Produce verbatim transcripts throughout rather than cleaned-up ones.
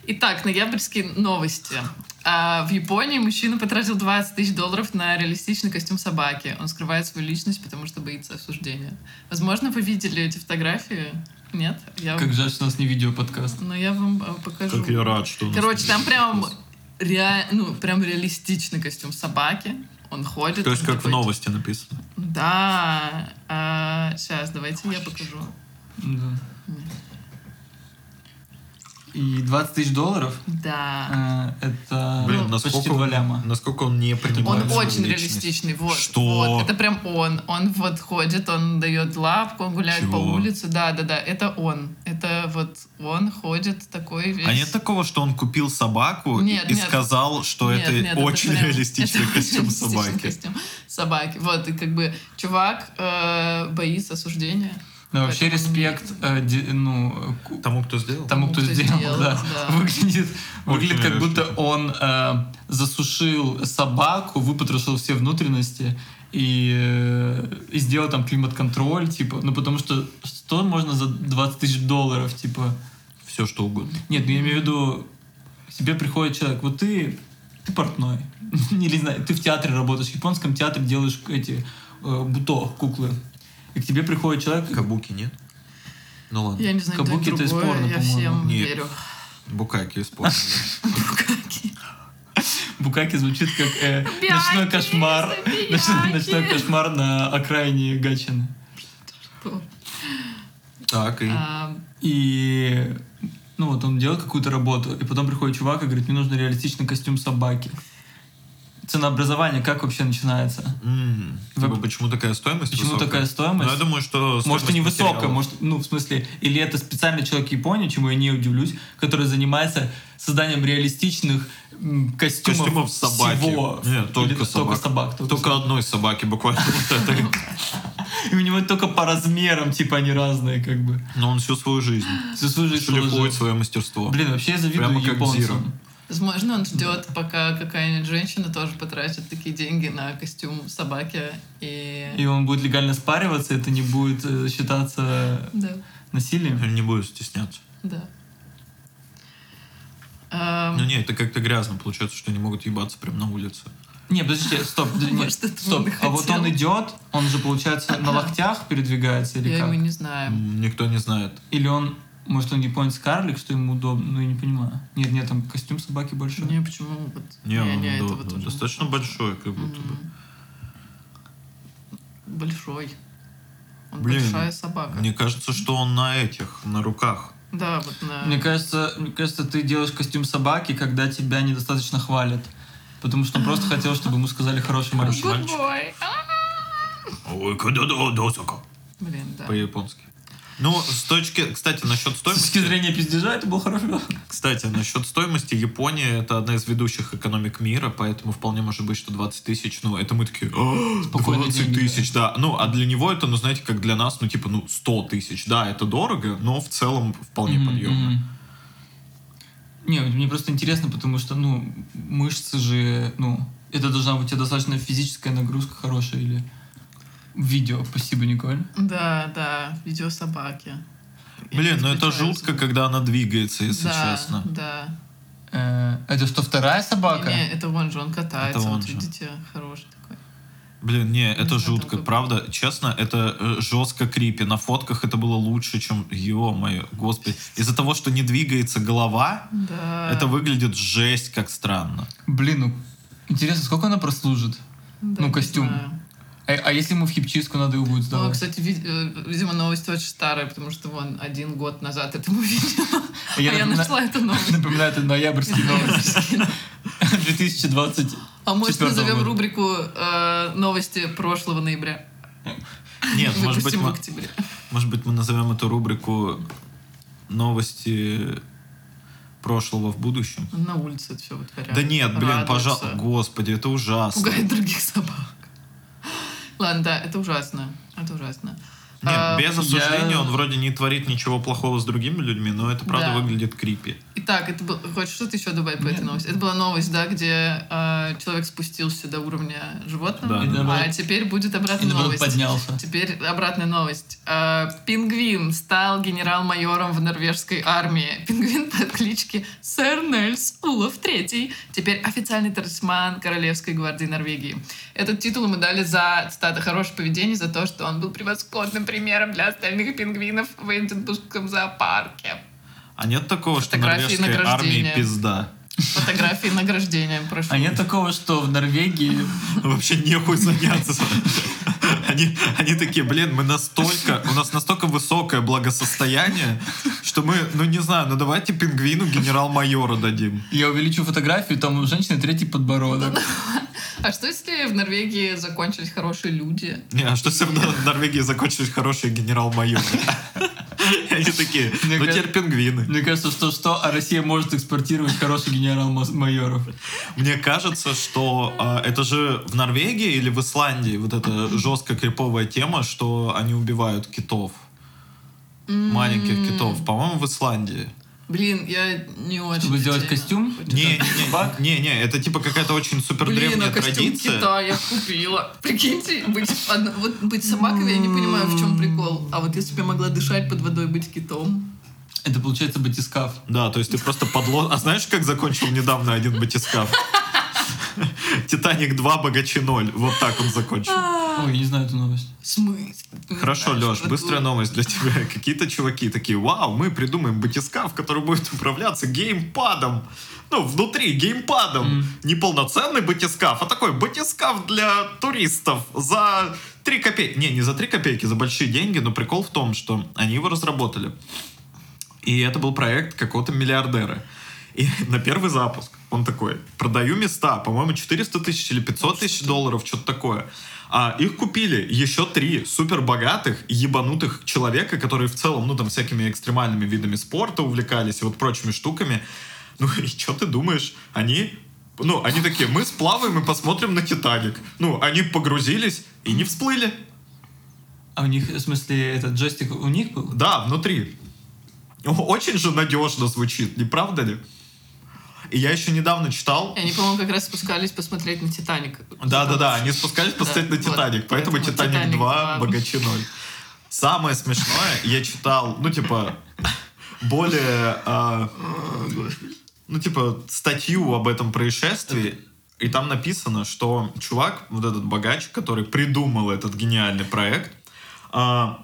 Итак, ноябрьские новости. А в Японии мужчина потратил двадцать тысяч долларов на реалистичный костюм собаки. Он скрывает свою личность, потому что боится осуждения. Возможно, вы видели эти фотографии? Нет? Я Как вам... жаль, что у нас не видеоподкаст. Но я вам покажу. Как я рад, что у нас Короче, там прям, подкаст. ре... ну, прям реалистичный костюм собаки. Он ходит. То есть, как такой... в новости написано. Да. А, сейчас, давайте я покажу. Да. И двадцать тысяч долларов? Да. Э, это Блин, ну, насколько почти он, два ляма. насколько он не понимает Он свою очень личность. реалистичный. Вот, Что? Вот. Это прям он. Он вот ходит, он дает лапку, он гуляет Чего? по улице. Да, да, да. Это он. Это вот он ходит такой весь... А нет такого, что он купил собаку Нет, и нет. сказал, что Нет, это нет, очень прям- реалистичный это костюм реалистичный собаки? костюм собаки. Вот, и как бы чувак э, боится осуждения. Но вообще Поэтому респект э, де- ну, ку- Тому, кто сделал? тому, кто сделал, сделал, да. да. Выглядит, выглядит как реалистично. будто он э, засушил собаку, выпотрошил все внутренности и, э, и сделал там климат-контроль, типа, ну потому что что можно за двадцать тысяч долларов, типа... Все, что угодно. Нет, ну я имею в виду, к тебе приходит человек, вот ты, ты портной, или, не знаю, ты в театре работаешь, в японском театре делаешь эти э, буто, куклы, и к тебе приходит человек... Кабуки нет? Ну ладно. Я не знаю, Кабуки кто это из другое, порно, я по-моему. всем Нет. верю. Букаки использовали. Букаки. Букаки звучит как э, ночной Бяки, кошмар. забияки. Ночной, ночной кошмар на окраине Гатчины. Так, и... А, И ну вот он делает какую-то работу, и потом приходит чувак и говорит, мне нужен реалистичный костюм собаки. Ценообразование как вообще начинается? М, Вы- типа, почему такая стоимость Почему высокая? такая стоимость? Ну, я думаю, что Может, и не стоимость высокая, материалов. может, ну, в смысле, или это специальный человек в Японии, чему я не удивлюсь, который занимается созданием реалистичных м, костюмов, Костюмов собаки. всего. Нет, только Или собак. собак. Только Только одной собаки буквально. Вот это. И у него только по размерам, типа, они разные, как бы. Но он всю свою жизнь Всю свою жизнь шлифует положил. свое мастерство. Блин, вообще я завидую Прямо как японцам. Зиро. возможно, он ждет, пока какая-нибудь женщина тоже потратит такие деньги на костюм собаки. И... И он будет легально спариваться, это не будет э, считаться Да, насилием. Он не будет стесняться. да. Эм, Ну не, это как-то грязно получается, что они могут ебаться прямо на улице. Не, подождите, стоп. нет, Может, этого стоп. он и А вот хотел. он идет, он же, получается, на локтях передвигается или Я как? его не знаю. М, Никто не знает. Или он, может, он японец-карлик, что ему удобно? Ну, я не понимаю. Нет, нет, там костюм собаки большой. Не, почему? Вот, Не, я- он я да, этого да, тоже не достаточно слышала. большой, как будто бы. М. Большой. Он Блин, большая собака. Мне кажется, что он на этих, на руках. Да, вот на... Мне кажется, мне кажется, ты делаешь костюм собаки, когда тебя недостаточно хвалят. Потому что он просто хотел, чтобы ему сказали хороший мальчик. Good boy. Ой, когда да, досока. Блин, да. По-японски. Ну, с точки, кстати, насчет С точки стоимости. зрения пиздежа это был хороший вопрос. Кстати, насчет стоимости, Япония это одна из ведущих экономик мира, поэтому вполне может быть, что двадцать тысяч, ну, это мы такие, «А, Спокойные двадцать деньги, тысяч, да. Ну, а для него это, ну, знаете, как для нас, ну, типа, ну, сто тысяч. Да, это дорого, но в целом вполне Мгм, подъемно. мгм. Не, мне просто интересно, потому что, ну, мышцы же, ну, это должна быть у тебя достаточно физическая нагрузка хорошая или видео. Спасибо, Николь. Да, да, видео собаки. Я Блин, не ну это включаю жутко, звук. когда она двигается, если да, честно. Да. Э, это что, вторая собака? Не, это вон же, он катается. Это он вот же. видите, хороший такой. Блин, не, это знаю, жутко, там как- правда, честно, это э, жестко крипи. На фотках это было лучше, чем, ё-моё, господи. Из-за того, что не двигается голова, Да. это выглядит жесть как странно. Блин, ну, интересно, сколько она прослужит? Да, ну, не костюм. знаю. А, а если ему в хипчистку надо его будет Ну, сдавать? кстати, ви- э, видимо, новость очень старая, потому что вон один год назад этому видела. А Я я напоминаю- нашла эту новость. Напоминаю, это ноябрьские новости. две тысячи двадцать А может, четвёртого назовем года. рубрику э, новости прошлого ноября? Нет, может быть, Выпустим в мы, октябре. может быть, мы назовем эту рубрику «Новости прошлого в будущем». На улице это все вытворяют. Да нет, блин, Радуются, пожалуйста, господи, это ужасно. Пугает других собак. Ладно, да, это ужасно. Это ужасно. Нет, А, без осуждения я- он вроде не творит ничего плохого с другими людьми, но это правда Да. выглядит крипи. Итак, это был... Хочешь что-то еще добавить по этой Нет. новости? Это была новость, да, где э, человек спустился до уровня животного, Да. И а наоборот- теперь будет И обратная наоборот новость. поднялся. Теперь обратная новость. Э, Пингвин стал генерал-майором в норвежской армии. Пингвин по кличке Сэр Нельс Улов третий. Теперь официальный талисман Королевской гвардии Норвегии. Этот титул ему дали за, цитата, хорошее поведение, за то, что он был превосходным примером для остальных пингвинов в Эдинбургском зоопарке. А нет такого, что Фотографии норвежской армии награждения. пизда? Фотографии награждения, прошу. А нет такого, что в Норвегии... Вообще нехуй заняться. Они, они такие, блин, мы настолько, у нас настолько высокое благосостояние, что мы, ну не знаю, ну давайте пингвину генерал-майора дадим. Я увеличу фотографию, там у женщины третий подбородок. А что если в Норвегии закончились хорошие люди? Не, а что если в Нор- Норвегии закончились хорошие генерал-майоры? И они такие, Мне ну кажется- теперь пингвины. Мне кажется, что что, а Россия может экспортировать хороших генерал-майоров. Мне кажется, что а, это же в Норвегии или в Исландии вот эта жесткая криповая тема, что они убивают китов. Маленьких китов. По-моему, в Исландии. Блин, я не очень... Чтобы сделать сильно. костюм? Собак? Не-не-не, это типа какая-то очень супер Блин, древняя а костюм традиция. кита я купила. Прикиньте, быть, одно- вот быть собакой, я не понимаю, в чем прикол. А вот если бы я могла дышать под водой, быть китом... Это получается батискаф. Да, то есть ты просто подло... А знаешь, как закончил недавно один батискаф? Титаник два, Богачи ноль. Вот так он закончил. Ой, я не знаю эту новость. В смысле? Ты не Хорошо, знаешь, Леш, что быстрая такое? новость для тебя. Какие-то чуваки такие, вау, мы придумаем батискаф, который будет управляться геймпадом. Ну, внутри геймпадом. Не полноценный батискаф, а такой батискаф для туристов за три копейки. Не, не за три копейки, за большие деньги, но прикол в том, что они его разработали. И это был проект какого-то миллиардера. И на первый запуск он такой, продаю места, по-моему, четыреста тысяч или пятьсот тысяч долларов, что-то такое. А их купили еще три супербогатых, ебанутых человека, которые в целом, ну, там, всякими экстремальными видами спорта увлекались и вот прочими штуками. Ну, и что ты думаешь? Они, ну, они такие, мы сплаваем и посмотрим на Титаник. Ну, они погрузились и не всплыли. А у них, в смысле, этот джойстик у них был? Да, внутри. О, очень же надежно звучит, не правда ли? И я еще недавно читал... И они, по-моему, как раз спускались посмотреть на «Титаник». Да-да-да, они спускались посмотреть Да, на вот. «Титаник», поэтому Поэтому «Титаник «Титаник два», два. «Богачи ноль». Самое смешное, я читал, ну, типа, более... а, ну, типа, статью об этом происшествии, и там написано, что чувак, вот этот богач, который придумал этот гениальный проект, а,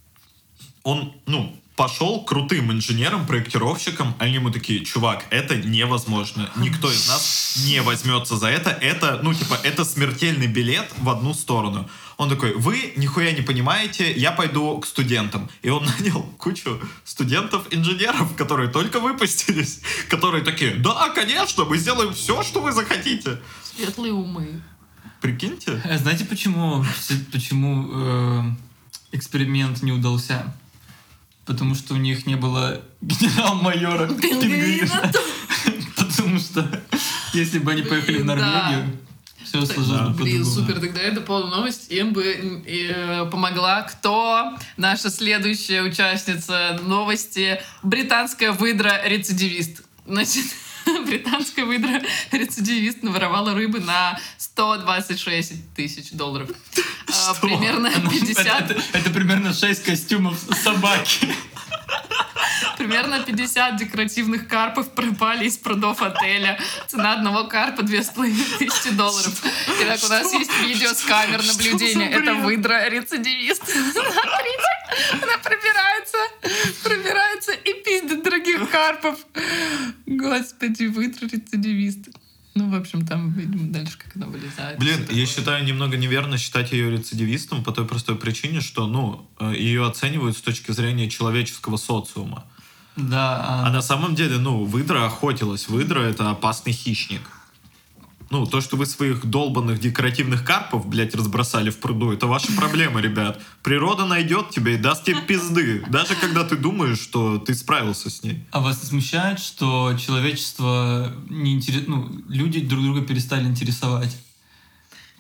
он, ну, пошел к крутым инженерам, проектировщикам, они ему такие, чувак, это невозможно, никто из нас не возьмется за это, это, ну, типа, это смертельный билет в одну сторону. Он такой, вы нихуя не понимаете, я пойду к студентам. И он нанял кучу студентов-инженеров, которые только выпустились, которые такие, да, конечно, мы сделаем все, что вы захотите. Светлые умы. Прикиньте. А знаете, почему, почему э, эксперимент не удался? Потому что у них не было генерал-майора пингвина. Потому что если бы они поехали в Блин, да. Норвегию, все сложилось бы Блин, по-другому. супер, тогда я дополню новость. Им бы э, помогла кто? Наша следующая участница новости. Британская выдра-рецидивист. Значит, британская выдра-рецидивист наворовала рыбы на сто двадцать шесть тысяч долларов. А, Что? примерно Это, пятьдесят... это- это примерно шесть костюмов собаки. Примерно пятьдесят декоративных карпов пропали из прудов отеля. Цена одного карпа две с половиной тысячи долларов. Итак, у нас есть видео с камер наблюдения. Что за Это бред? выдра-рецидивист. Смотрите, она пробирается, пробирается и пиздит других карпов. Господи, выдра-рецидивист. Ну, в общем, там, видимо, дальше как она вылезает. Блин, Всё я такое. считаю немного неверно считать ее рецидивистом по той простой причине, что, ну, э, ее оценивают с точки зрения человеческого социума. Да, А а, на самом деле, ну, выдра охотилась. Выдра — это опасный хищник. Ну, то, что вы своих долбанных декоративных карпов, блядь, разбросали в пруду, это ваша проблема, ребят. Природа найдет тебя и даст тебе пизды. Даже когда ты думаешь, что ты справился с ней. а вас не смущает, что человечество не интерес... ну, люди друг друга перестали интересовать?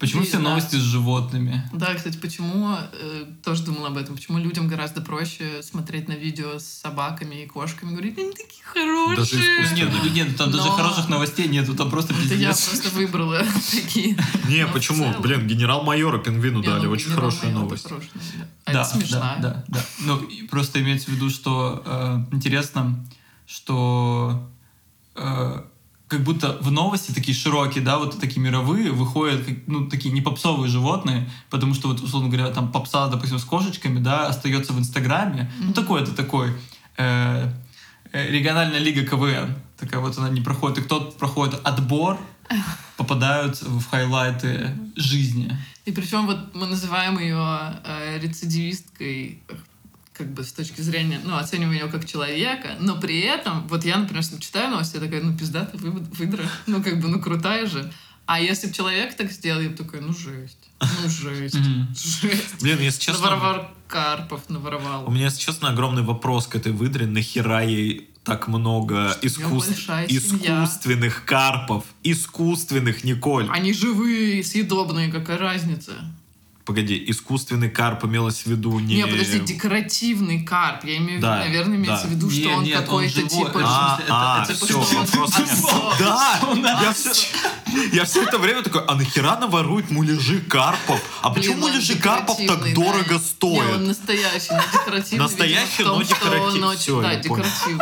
Почему И, все да. новости с животными? Да, кстати, почему, э, тоже думала об этом, почему людям гораздо проще смотреть на видео с собаками и кошками, говорить, они такие хорошие. Даже искусственно. Нет, ну, нет, там даже Но- хороших новостей нету, там просто Это я пиздец. просто выбрала такие. Не, Но в почему? целом- Блин, генерал-майора пингвину Не, дали. ну, Очень генерал хорошая майор, новость. это хорошая новость. А Да, это смешная. да, да, да. Ну, и просто имеется в виду, что э, интересно, что э, как будто в новости такие широкие, да, вот такие мировые, выходят, как, ну, такие не попсовые животные, потому что, вот, условно говоря, там попса, допустим, с кошечками, да, остается в Инстаграме. Ну, Мгм. такой это такой э, э, региональная лига КВН. Такая вот она не проходит. И кто проходит отбор, попадают в хайлайты жизни. И причем вот мы называем ее э, рецидивисткой, э, как бы с точки зрения, ну, оцениваем ее как человека, но при этом, вот я, например, читаю новости, я такая, ну, пиздатая вы- выдра, ну, как бы, ну, крутая же. А если бы человек так сделал, я бы такая, ну, жесть, ну, жесть, Мгм. жесть. Блин, если честно, Наворовал Карпов, наворовал. у меня, если честно, огромный вопрос к этой выдре. Нахера ей так много Что у неё искус- большая семья. искусственных карпов? Искусственных, Николь. Они живые, съедобные, какая разница? Погоди, искусственный карп имелось в виду не... Не, подожди, декоративный карп. Я имею в виду, Да, наверное, имеется да. в виду, что Не, он нет, он какой-то живой. типа... Это- А, это- а, это типа, все, что он вопрос нет. отсос. Да, я Отсос. все, я все это время такой, а нахера наворуют муляжи карпов? А Блин, почему он муляжи карпов так декоративный, дорого да. Не, он стоят? настоящий, но декоративный. Настоящий, видимо, в том, но что декоратив- он очень- всё, Да, я понял. декоративный,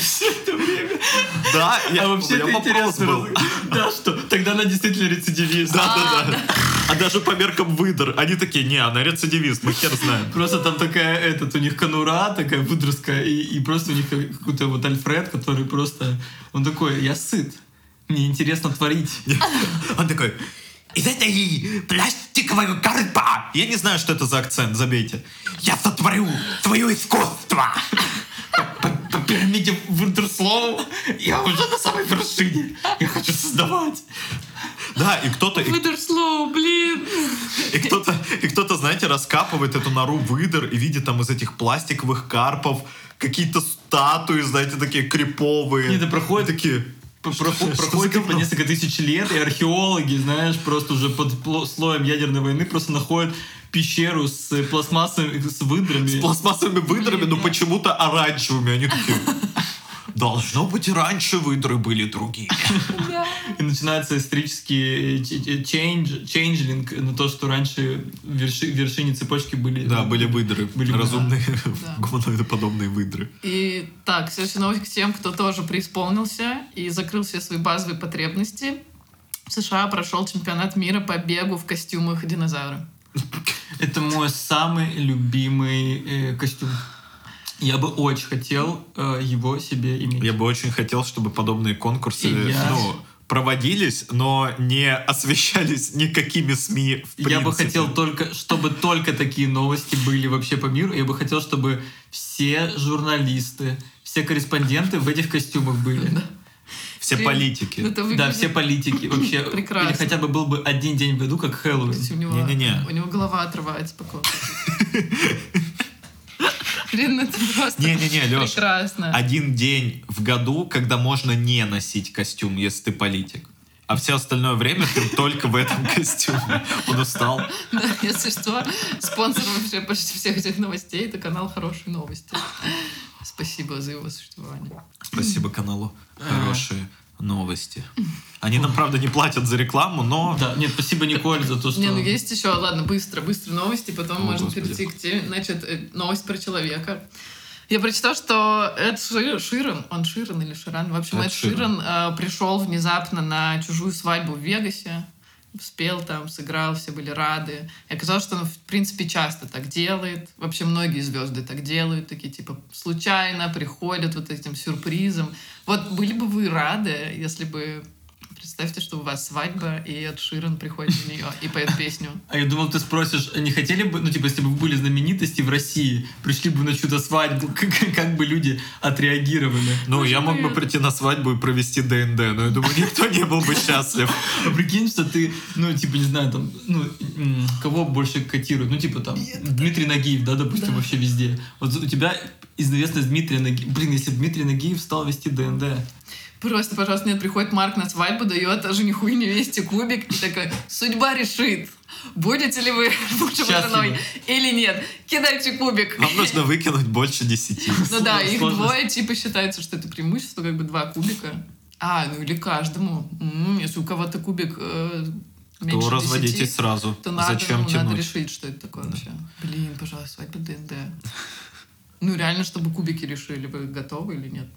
да. Да, я, А вообще я это вопрос интересно. был. раз- Да, что тогда она действительно рецидивист. Да, да, да. А даже по меркам выдр, они такие, не, она рецидивист, мы хер знаем. Просто там такая, этот, у них конура такая выдрузка, и, и просто у них какой-то вот Альфред, который просто, он такой, я сыт, мне интересно творить. Он такой, из этой пластикового карпа. Я не знаю, что это за акцент, забейте. Я сотворю твое искусство. По пирамиде Вундерслоу я уже на самой вершине, я хочу создавать. Да, и кто-то, и, Выдерслоу, блин. и кто-то, и кто-то, знаете, раскапывает эту нору выдр и видит там из этих пластиковых карпов какие-то статуи, знаете, такие криповые. Нет, это проходит- И такие... Про- что- проход- что за Проходит типа говно? несколько тысяч лет, и археологи, знаешь, просто уже под пло- слоем ядерной войны просто находят пещеру с пластмассовыми, с выдрами. С пластмассовыми выдрами, но почему-то оранжевыми. Они такие... Должно быть, и раньше выдры были другими. И начинается исторический change, чейнджлинг на то, что раньше в верши- в вершине цепочки были... Да, были выдры. Были выдры. Разумные, Да. гуманоидоподобные выдры. И так, следующая новость к тем, кто тоже преисполнился и закрыл все свои базовые потребности. В США прошел чемпионат мира по бегу в костюмах динозавра. Это мой самый любимый э, костюм. Я бы очень хотел э, его себе иметь. Я бы очень хотел, чтобы подобные конкурсы И я. ну, проводились, но не освещались никакими СМИ в принципе. Я бы хотел только, чтобы только такие новости были вообще по миру. Я бы хотел, чтобы все журналисты, все корреспонденты в этих костюмах были. Все Блин, политики. Это Да, выглядит- все политики вообще. Прекрасно. Или хотя бы был бы один день в году, как Хэллоуин. Кстати, у него, Не-не-не. у него голова отрывается по конкурсу. Блин, это просто Не-не-не, Лёш, прекрасно. один день в году, когда можно не носить костюм, если ты политик. А все остальное время ты только в этом костюме. Он устал. Да, если что, спонсор вообще почти всех этих новостей — это канал «Хорошие новости». Спасибо за его существование. Спасибо каналу. Хорошие новости. Они нам, правда, не платят за рекламу, но... Да, нет, спасибо, Николь, за то, что... Не, ну есть еще, ладно, быстро, быстро новости, потом О, можно Господи. перейти к теме. Значит, э, новость про человека. Я прочитала, что Эд Ши- Ширан, он Ширан или Ширан, в общем, Эд Эд Ширан э, пришел внезапно на чужую свадьбу в Вегасе, спел там, сыграл, все были рады. И оказалось, что он, в принципе, часто так делает. Вообще многие звезды так делают, такие типа случайно приходят вот этим сюрпризом. Вот были бы вы рады, если бы... Представьте, что у вас свадьба, и Эд Ширан приходит на нее и поет песню. А я думал, ты спросишь, не хотели бы, ну, типа, если бы вы были знаменитости в России, пришли бы на чью-то свадьбу, как, как бы люди отреагировали? Ну, Может, я мог бы нет. прийти на свадьбу и провести ДНД, но я думаю, никто не был бы счастлив. А прикинь, что ты, ну, типа, не знаю, там, ну, м, кого больше котируют? Ну, типа, там, Дмитрий Нагиев, да, допустим, Да. вообще везде. Вот у тебя известность Дмитрия Нагиева. Блин, если бы Дмитрий Нагиев стал вести ДНД. Просто, пожалуйста, нет, приходит Марк на свадьбу, дает жениху и невесте кубик и такой: судьба решит, будете ли вы мужем и женой или нет. Кидайте кубик. Вам нужно выкинуть больше десяти. Ну да, их двое, типа, считается, что это преимущество, как бы два кубика. А, ну или каждому. М-м, если у кого-то кубик э, меньше То разводитесь десяти, сразу. то надо, Зачем ну, тянуть? надо решить, что это такое вообще. Блин, пожалуйста, свадьба ДНД. Ну реально, чтобы кубики решили, вы готовы или нет?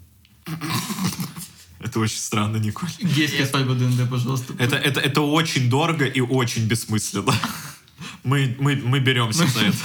Это очень странно, Николь. Гейская свадьба ДНД, пожалуйста. Это, это, это очень дорого и очень бессмысленно. Мы, мы, мы беремся за это.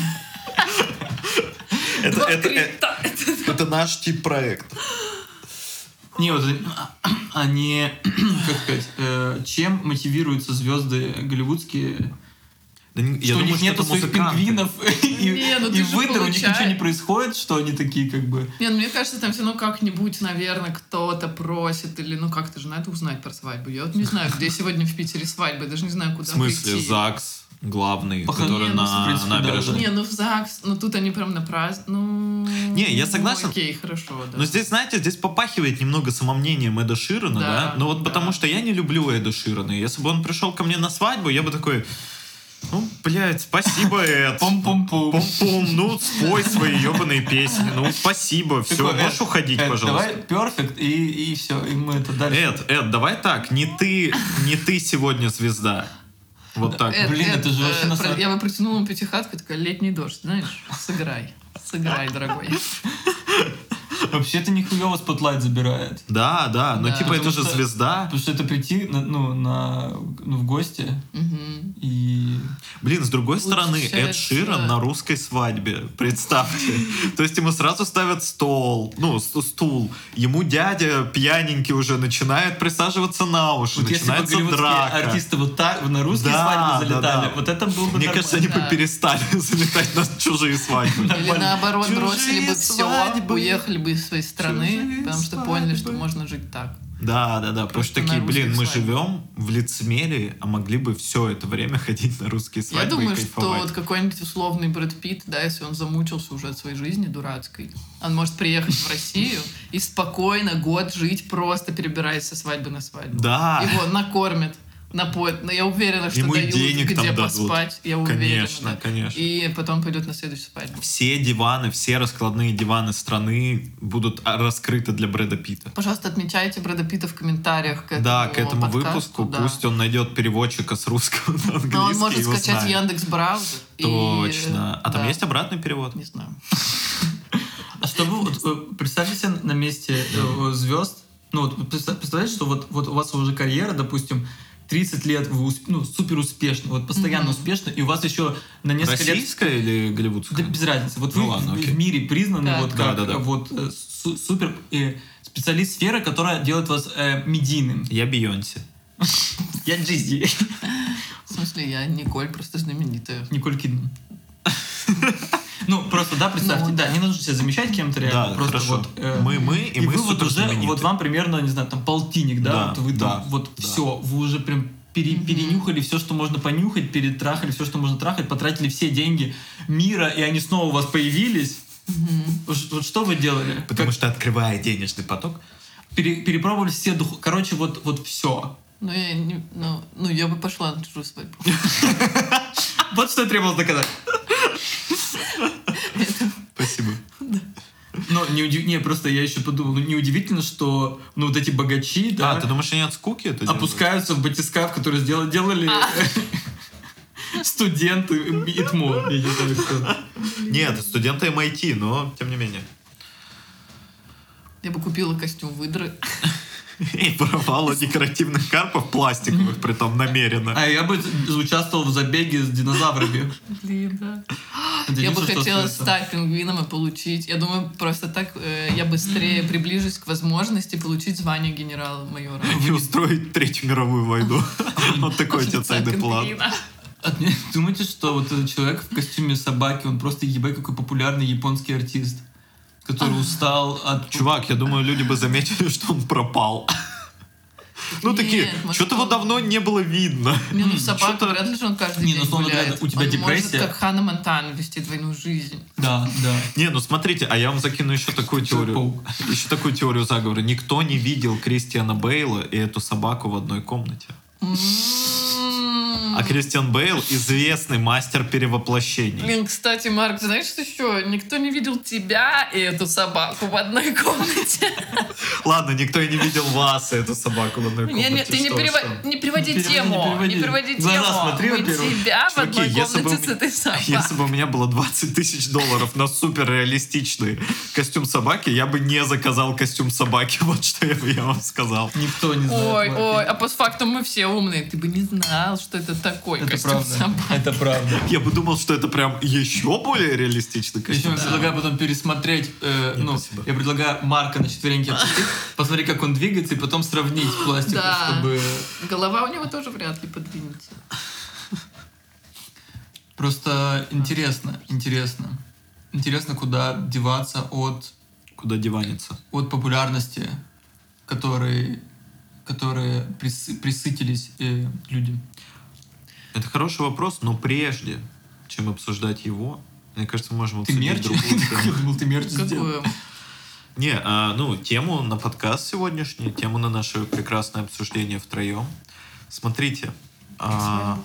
Это, это, это, это наш тип проекта. Не, вот они, как сказать, э, чем мотивируются звезды голливудские? Да не- я что у думаю, них что нету это своих музыканты. пингвинов и, Не, ну и ты же выдр, у них получай- ничего не происходит, что они такие как бы... Не, ну мне кажется, там все равно как-нибудь, наверное, кто-то просит, или ну как-то же надо узнать про свадьбу. Я вот не знаю, где сегодня в Питере свадьба, я даже не знаю, В куда смысле, прийти. ЗАГС главный, Пока- который Не, ну, на в принципе, да, набережной. Не, ну в ЗАГС, ну тут они прям на праздник, ну... Не, я согласен. Ну, окей, хорошо, да. Но здесь, знаете, здесь попахивает немного самомнением Эда Ширана, да? Да, Ну вот да. потому что я не люблю Эда Ширана. Если бы он пришел ко мне на свадьбу, я бы такой: ну, блядь, спасибо, Эд. Пум-пум-пум. Пум-пум, ну, спой свои ебаные песни. Ну, спасибо, все, Такой, можешь Эд, уходить, Эд, пожалуйста. Давай перфект, и, и все, и мы это дальше. Эд, Эд, давай так, не ты, не ты сегодня звезда. Вот так. Эд, Блин, Эд, это же э, вообще на про- самом- Я бы протянула ему пятихатку, такая: летний дождь, знаешь, сыграй. Сыграй, дорогой. Вообще это нихуево спотлайт забирает. Да, да, но Да. типа это Потому же что- звезда. Потому что это прийти на, ну, на, ну, в гости Мгм. и... Блин, с другой Лучше стороны, всё Эд это- Ширан на русской свадьбе. Представьте. То есть ему сразу ставят стол, ну, с- стул. Ему дядя пьяненький уже начинает присаживаться на уши, Вот если бы начинается голливудские драка. артисты вот так на русские Да, свадьбы да, залетали, да. вот это было бы Мне нормально. кажется, они бы Да. перестали залетать на чужие свадьбы. Или Нормально. наоборот, Чужие бросили бы все, свадьбы, уехали бы из своей страны, чужие потому что поняли, что свадьбы. можно жить так. Да, да, да. Потому Просто что такие, на блин, мы русских свадьбах. живем в лицемерии, а могли бы все это время ходить на русские Я свадьбы думаю, и что кайфовать. вот какой-нибудь условный Брэд Питт, да, если он замучился уже от своей жизни дурацкой, он может приехать в Россию и спокойно год жить, просто перебираясь со свадьбы на свадьбу. Да. Его накормят, напоят. Но я уверена, что Ему и дают, денег где там дадут. поспать. Я уверена. Конечно, да. конечно. И потом пойдет на следующую свадьбу. Все диваны, все раскладные диваны страны будут а, раскрыты для Брэда Питта. Пожалуйста, отмечайте Брэда Питта в комментариях к этому Да, к этому подкасту, выпуску да. пусть он найдет переводчика с русского на английский. Но он может и скачать узнает. Яндекс браузер. и, Точно. А там да, есть обратный перевод? Не знаю. А что вы, вот, э, представьте себе на месте э, звезд, ну вот представ- представляете, что вот, вот у вас уже карьера, допустим, тридцать лет вы усп- ну, супер успешны, вот постоянно Мгм. успешны, и у вас еще на несколько лет... Российская или Да голливудская? без разницы. Вот Ну вы ладно, в, окей. в мире признаны Да. вот Да, как да, да. вот э, су- супер э, специалист сферы, которая делает вас э, медийным. Я Бейонсе. Я Джизди. В смысле, я Николь, просто знаменитая. Николь Кидман. Ну, просто, да, представьте, Ну, да, да. не нужно себя замечать кем-то реально. Да, просто хорошо. вот, э, Мы, мы, и, и мы вы вот супер уже, знаменитые. вот вам примерно, не знаю, там полтинник, да, Да, вот вы да, там, вот да. все, вы уже прям пере- Мгм. перенюхали все, что можно понюхать, перетрахали все, что можно трахать, потратили все деньги мира, и они снова у вас появились. Мгм. Вот, вот что вы делали? Потому Как- что открывая денежный поток. пере- перепробовали все дух... Короче, вот, вот все. Ну, я не, ну, ну, я бы пошла на чужую свадьбу. Вот что я требовалось доказать. Спасибо. Но не, удив- не, просто я еще подумал, ну неудивительно, что ну вот эти богачи, да, А, ты думаешь, они от скуки это делают? опускаются в батискаф, который сделали, делали студенты ИТМО. Я не знаю, кто. Нет, студенты эм ай ти, но тем не менее. Я бы купила костюм выдры. И воровала декоративных карпов пластиковых, притом намеренно. А я бы участвовал в забеге с динозаврами. Блин, да. Это Я бы единственное, что хотела остается. стать пингвином и получить. Я думаю, просто так э, я быстрее приближусь к возможности получить звание генерала-майора. И устроить Третью мировую войну. Вот такой у тебя Лица цельный план. пингвина. А не- Думаете, что вот этот человек в костюме собаки, он просто ебать какой популярный японский артист, который устал от... Чувак, я думаю, люди бы заметили, что он пропал. Ну, Нет, такие, может, что-то его он- давно не было видно. Не, ну собака, Что-то- вряд ли же он каждый Не, день ну, условно говоря, гуляет. у тебя Он депрессия. может, как Ханна Монтана, вести двойную жизнь. Да, да. Не, ну смотрите, а я вам закину еще такую теорию. Человек-паук. Еще такую теорию заговора. Никто не видел Кристиана Бейла и эту собаку в одной комнате. А Кристиан Бейл известный мастер перевоплощений. Блин, кстати, Марк, знаешь, что еще? Никто не видел тебя и эту собаку в одной комнате. Ладно, никто и не видел вас и эту собаку в одной комнате. Не, не, ты не, Что, перево- что? не переводи Не переводи, тему. не переводи. Не переводи Глаза тему. смотри, Мы во-первых. тебя в Чуваки, одной если бы, у комнате с меня- этой собакой. если бы у меня было двадцать тысяч долларов на супер реалистичный костюм собаки, я бы не заказал костюм собаки. Вот что я бы я вам сказал. Никто не знает. Ой, Марк. ой, а постфактум мы все умные. Ты бы не знал, что это такой Это костюм правда. собаки. Это правда. Я бы думал, что это прям еще более реалистичный Еще костюм. я предлагаю потом пересмотреть, э, Нет, ну, спасибо. я предлагаю Марка на четвереньки опустить, посмотреть, как он двигается, и потом сравнить пластику, Да. чтобы... Голова у него тоже вряд ли подвинется. Просто интересно, интересно. Интересно, куда деваться от, Куда деваниться? от популярности, которые, которые присы- присытились э, люди. Это хороший вопрос, но прежде, чем обсуждать его, мне кажется, мы можем Ты обсудить мерч? другую Я тему. думал, ты мерч сделал. Какую? Не, а, ну, тему на подкаст сегодняшний, тему на наше прекрасное обсуждение втроем. Смотрите. а,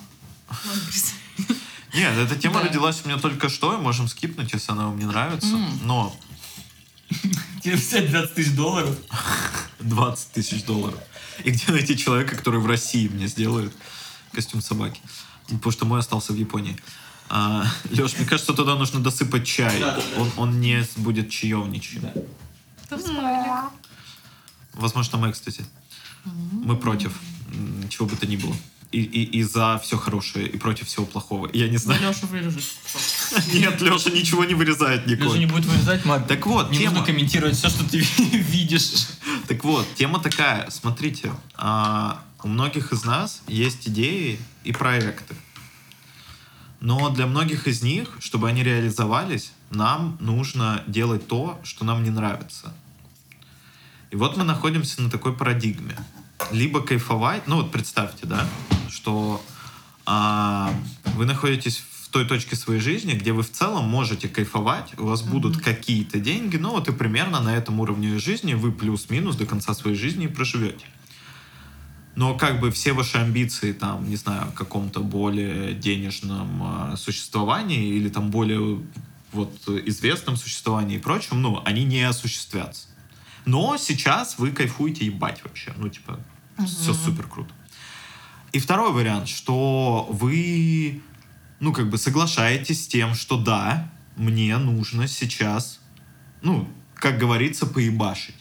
Нет, эта тема Да. родилась у меня только что, и можем скипнуть, если она вам не нравится. М. Но Тебе взять двадцать тысяч долларов? двадцать тысяч долларов. И где найти человека, который в России мне сделает костюм собаки? Потому что мой остался в Японии. А, Леш, мне кажется, туда нужно досыпать чай. Да, да, да. Он, он не будет чаевничать. Там смайлик. Возможно, мы, кстати. Мы против м, чего бы то ни было. И, и, и за все хорошее, и против всего плохого. Я не знаю. Леша вырежет. Нет, Леша ничего не вырезает Леша никакой. не будет вырезать, Марк. Так вот, Не тема. нужно комментировать все, что ты видишь. Так вот, тема такая. Смотрите, а, у многих из нас есть идеи и проекты. Но для многих из них, чтобы они реализовались, нам нужно делать то, что нам не нравится. И вот мы находимся на такой парадигме. Либо кайфовать, ну вот представьте, да, что а, вы находитесь в той точке своей жизни, где вы в целом можете кайфовать, у вас будут какие-то деньги, ну вот и примерно на этом уровне жизни вы плюс-минус до конца своей жизни и проживете. Но как бы все ваши амбиции, там, не знаю, в каком-то более денежном а, существовании или там более вот известном существовании и прочем, ну, они не осуществятся. Но сейчас вы кайфуете ебать вообще. Ну, типа, все супер круто. И второй вариант, что вы, ну, как бы соглашаетесь с тем, что да, мне нужно сейчас, ну, как говорится, поебашить.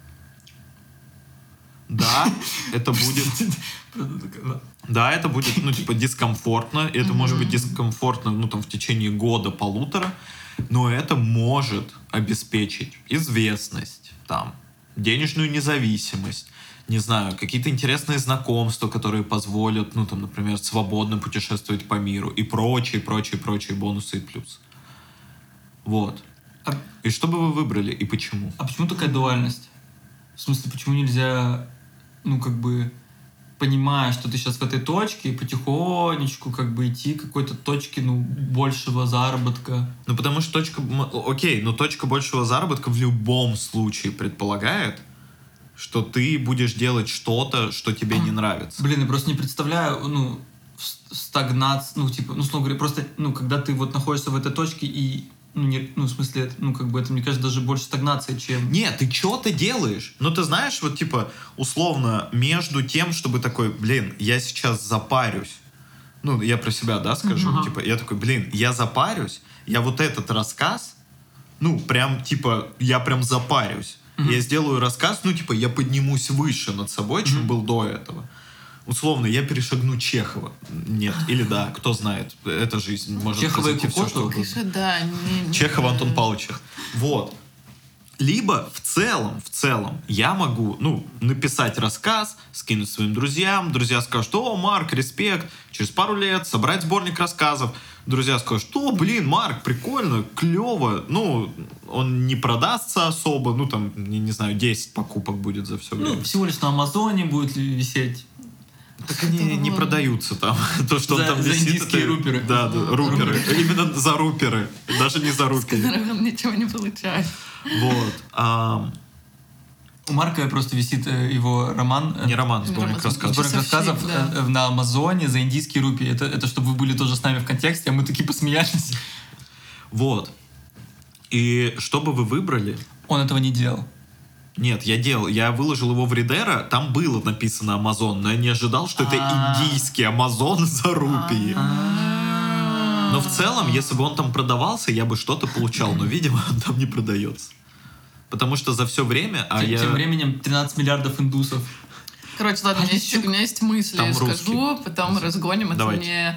Да, это будет... Да, это будет, ну, типа, дискомфортно. И это может быть дискомфортно, ну, там, в течение года-полутора. Но это может обеспечить известность, там, денежную независимость, не знаю, какие-то интересные знакомства, которые позволят, ну, там, например, свободно путешествовать по миру и прочие, прочие, прочие бонусы и плюсы. Вот. А, И что бы вы выбрали и почему? а почему такая дуальность? В смысле, почему нельзя, ну, как бы, понимая, что ты сейчас в этой точке, и потихонечку, как бы, идти к какой-то точке, ну, большего заработка? Ну, потому что точка... м, Окей, но точка большего заработка в любом случае предполагает, что ты будешь делать что-то, что тебе не нравится. Блин, я просто не представляю, ну, в- стагнацию, ну, типа, ну, условно говоря, просто, ну, когда ты вот находишься в этой точке и, ну, не, ну, в смысле, это, ну, как бы, это, мне кажется, даже больше стагнация, чем... Нет, ты что-то делаешь. Ну, ты знаешь, вот, типа, условно, между тем, чтобы такой, блин, я сейчас запарюсь. Ну, я про себя, да, скажу. Ага. Типа, я такой, блин, я запарюсь, я вот этот рассказ, ну, прям, типа, я прям запарюсь. Я сделаю рассказ, ну, типа, я поднимусь выше над собой, чем был до этого. Условно, я перешагну Чехова. Нет, или да, кто знает. Эта жизнь может Чехова и произойти всё, Кукошу? что угодно. Пишет, да, не... Чехова Антон Павловича. Вот. Либо в целом, в целом, я могу, ну, написать рассказ, скинуть своим друзьям, друзья скажут: о, Марк, респект, через пару лет собрать сборник рассказов. Друзья скажут: что, блин, Марк, прикольно, клево. Ну, он не продастся особо, ну, там, не, не знаю, десять покупок будет за все время. Ну, всего лишь на Амазоне будет висеть. Так они не продаются там. То, что За- он там за висит. индийские это- руперы. Да, да, руперы. Именно за руперы. Даже не за руки. Он ничего не получает. Вот. А, У Марка просто висит э, его роман. э, не роман, сборник Роман, рассказов. Сборник Часовщик, рассказов да. э, на Амазоне за индийские рупии. Это, это чтобы вы были тоже с нами в контексте, а мы такие посмеялись. Вот. И что бы вы выбрали? Он этого не делал. Нет, я делал. Я выложил его в Ридера, там было написано Амазон, но я не ожидал, что это А. индийский Амазон за рупии. Но в целом, если бы он там продавался, я бы что-то получал, но, видимо, он там не продается. Потому что за все время... А Тем, я... тем временем тринадцать миллиардов индусов. Короче, ладно, у меня, есть, у меня есть мысли, Там я скажу, русский. потом разгоним. Это Давайте. мне...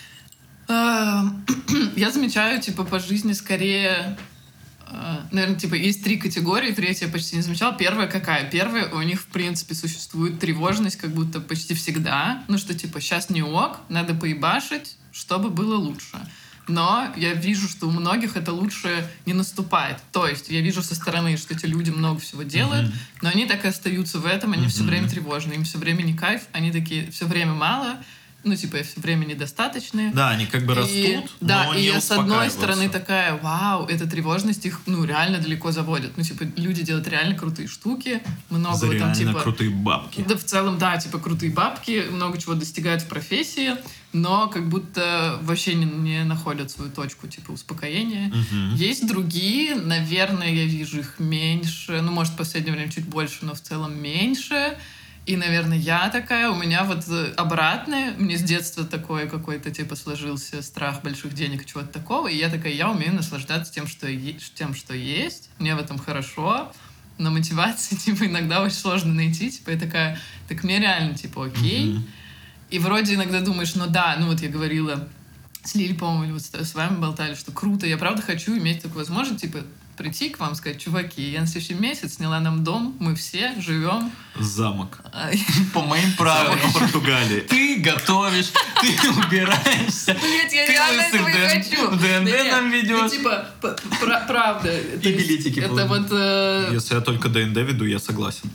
э, Я замечаю, типа, по жизни скорее... Наверное, типа, есть три категории, третья я почти не замечала. Первая какая? Первая, у них, в принципе, существует тревожность как будто почти всегда. Ну, что, типа, сейчас не ок, надо поебашить, чтобы было лучше. Но я вижу, что у многих это лучше не наступает. То есть я вижу со стороны, что эти люди много всего делают, mm-hmm. но они так и остаются в этом, они mm-hmm. все время тревожны, им все время не кайф, они такие, все время мало, ну, типа, все время недостаточные. Да, они как бы И, растут, да, но и не я с одной успокаиваются. стороны такая: вау, эта тревожность их, ну, реально далеко заводит. Ну, типа, люди делают реально крутые штуки, много За там, реально типа... крутые бабки. Да, в целом, да, типа, крутые бабки, много чего достигают в профессии, но как будто вообще не, не находят свою точку, типа, успокоения. Мгм. Есть другие, наверное, я вижу их меньше, ну, может, в последнее время чуть больше, но в целом меньше. И, наверное, я такая, у меня вот э, обратное, мне с детства такой какой-то, типа, сложился страх больших денег, чего-то такого, и я такая, я умею наслаждаться тем, что, е- тем, что есть, мне в этом хорошо, но мотивации, типа, иногда очень сложно найти, типа, я такая, так мне реально, типа, окей. Мгм. И вроде иногда думаешь, ну да, ну вот я говорила с Лилей, по-моему, или вот с с вами болтали, что круто, я правда хочу иметь такую возможность, типа, прийти к вам, сказать: чуваки, я на следующий месяц сняла нам дом, мы все живем. Замок. А, По моим В правилам. Португалии. Ты готовишь, ты убираешься. Нет, я Ты реально мысль этого и ДН хочу. ДНД Да нет, нам ну, ведёшь. типа, п- пра- правда. То есть билетики Это будут. вот... э, Если я только ДНД веду, я согласен.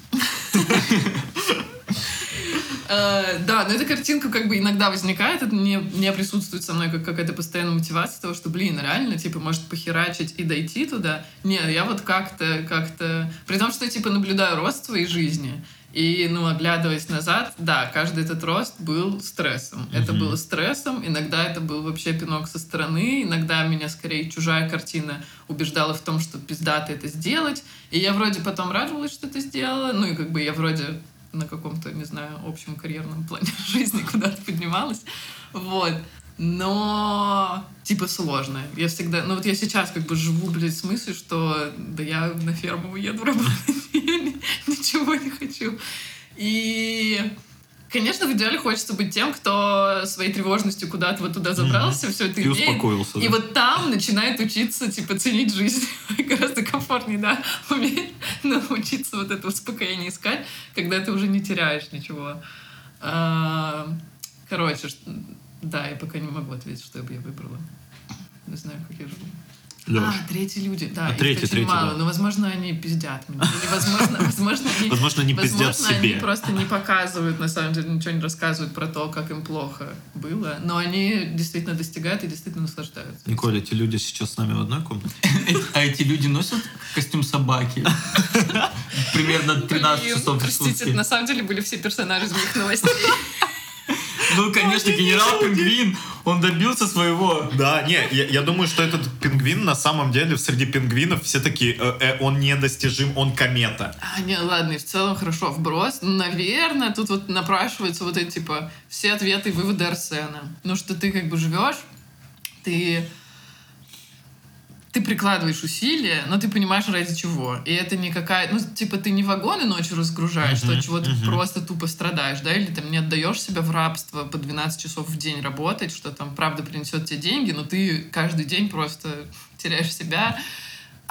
Э, да, но эта картинка как бы иногда возникает, это не, не присутствует со мной как какая-то постоянная мотивация того, что, блин, реально, типа, может похерачить и дойти туда. Нет, я вот как-то, как-то... При том, что я, типа, наблюдаю рост своей жизни, и, ну, оглядываясь назад, да, каждый этот рост был стрессом. Это Мгм. было стрессом, иногда это был вообще пинок со стороны, иногда меня, скорее, чужая картина убеждала в том, что пиздато это сделать, и я вроде потом радовалась, что это сделала, ну, и как бы я вроде на каком-то, не знаю, общем карьерном плане жизни куда-то поднималась. Вот. Но, типа, сложно. Я всегда... Ну, вот я сейчас как бы живу, блядь, с мыслью, что да я на ферму уеду работать, я ни- ничего не хочу. И, конечно, в идеале хочется быть тем, кто своей тревожностью куда-то вот туда забрался, все это И имеет. успокоился. И да? вот там начинает учиться, типа, ценить жизнь гораздо комфортнее, да, уметь научиться вот это успокоение искать, когда ты уже не теряешь ничего. А, Короче, ш- да, я пока не могу ответить, что бы я выбрала. Не знаю, как я живу. Лёш. А, третьи люди, да, А, их третьи, очень третьи, мало, да. но, возможно, они пиздят меня. Или, возможно, возможно, они... Возможно, они пиздят Возможно, себе. они просто не показывают, на самом деле, ничего не рассказывают про то, как им плохо было, но они действительно достигают и действительно наслаждаются. Николь, эти люди сейчас с нами в одной комнате? А эти люди носят костюм собаки. Примерно тринадцать Блин, часов в простите, сутки. на самом деле были все персонажи из моих новостей. Ну, конечно, генерал Пингвин, он добился своего. Да, не, я, я думаю, что этот пингвин на самом деле среди пингвинов все такие, э, э, он недостижим, он комета. А, не, ладно, и в целом хорошо, вброс. Ну, наверное, тут вот напрашиваются вот эти, типа, все ответы и выводы Арсена. Ну, что ты как бы живешь, ты... Ты прикладываешь усилия, но ты понимаешь, ради чего. И это не какая... Ну, типа, ты не вагоны ночью разгружаешь, что от чего ты просто тупо страдаешь, да, или там не отдаешь себя в рабство по двенадцать часов в день работать, что там, правда, принесет тебе деньги, но ты каждый день просто теряешь себя.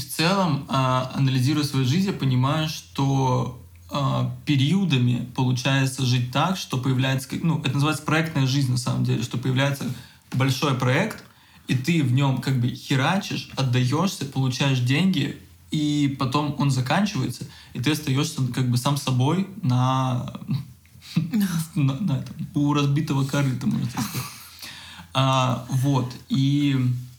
в целом, а, анализируя свою жизнь, я понимаю, что а, периодами получается жить так, что появляется, как- ну, это называется проектная жизнь на самом деле, что появляется большой проект, и ты в нем как бы херачишь, отдаешься, получаешь деньги, и потом он заканчивается, и ты остаешься как бы сам собой на, на, на этом, у разбитого корыта, можно так сказать. А, вот, и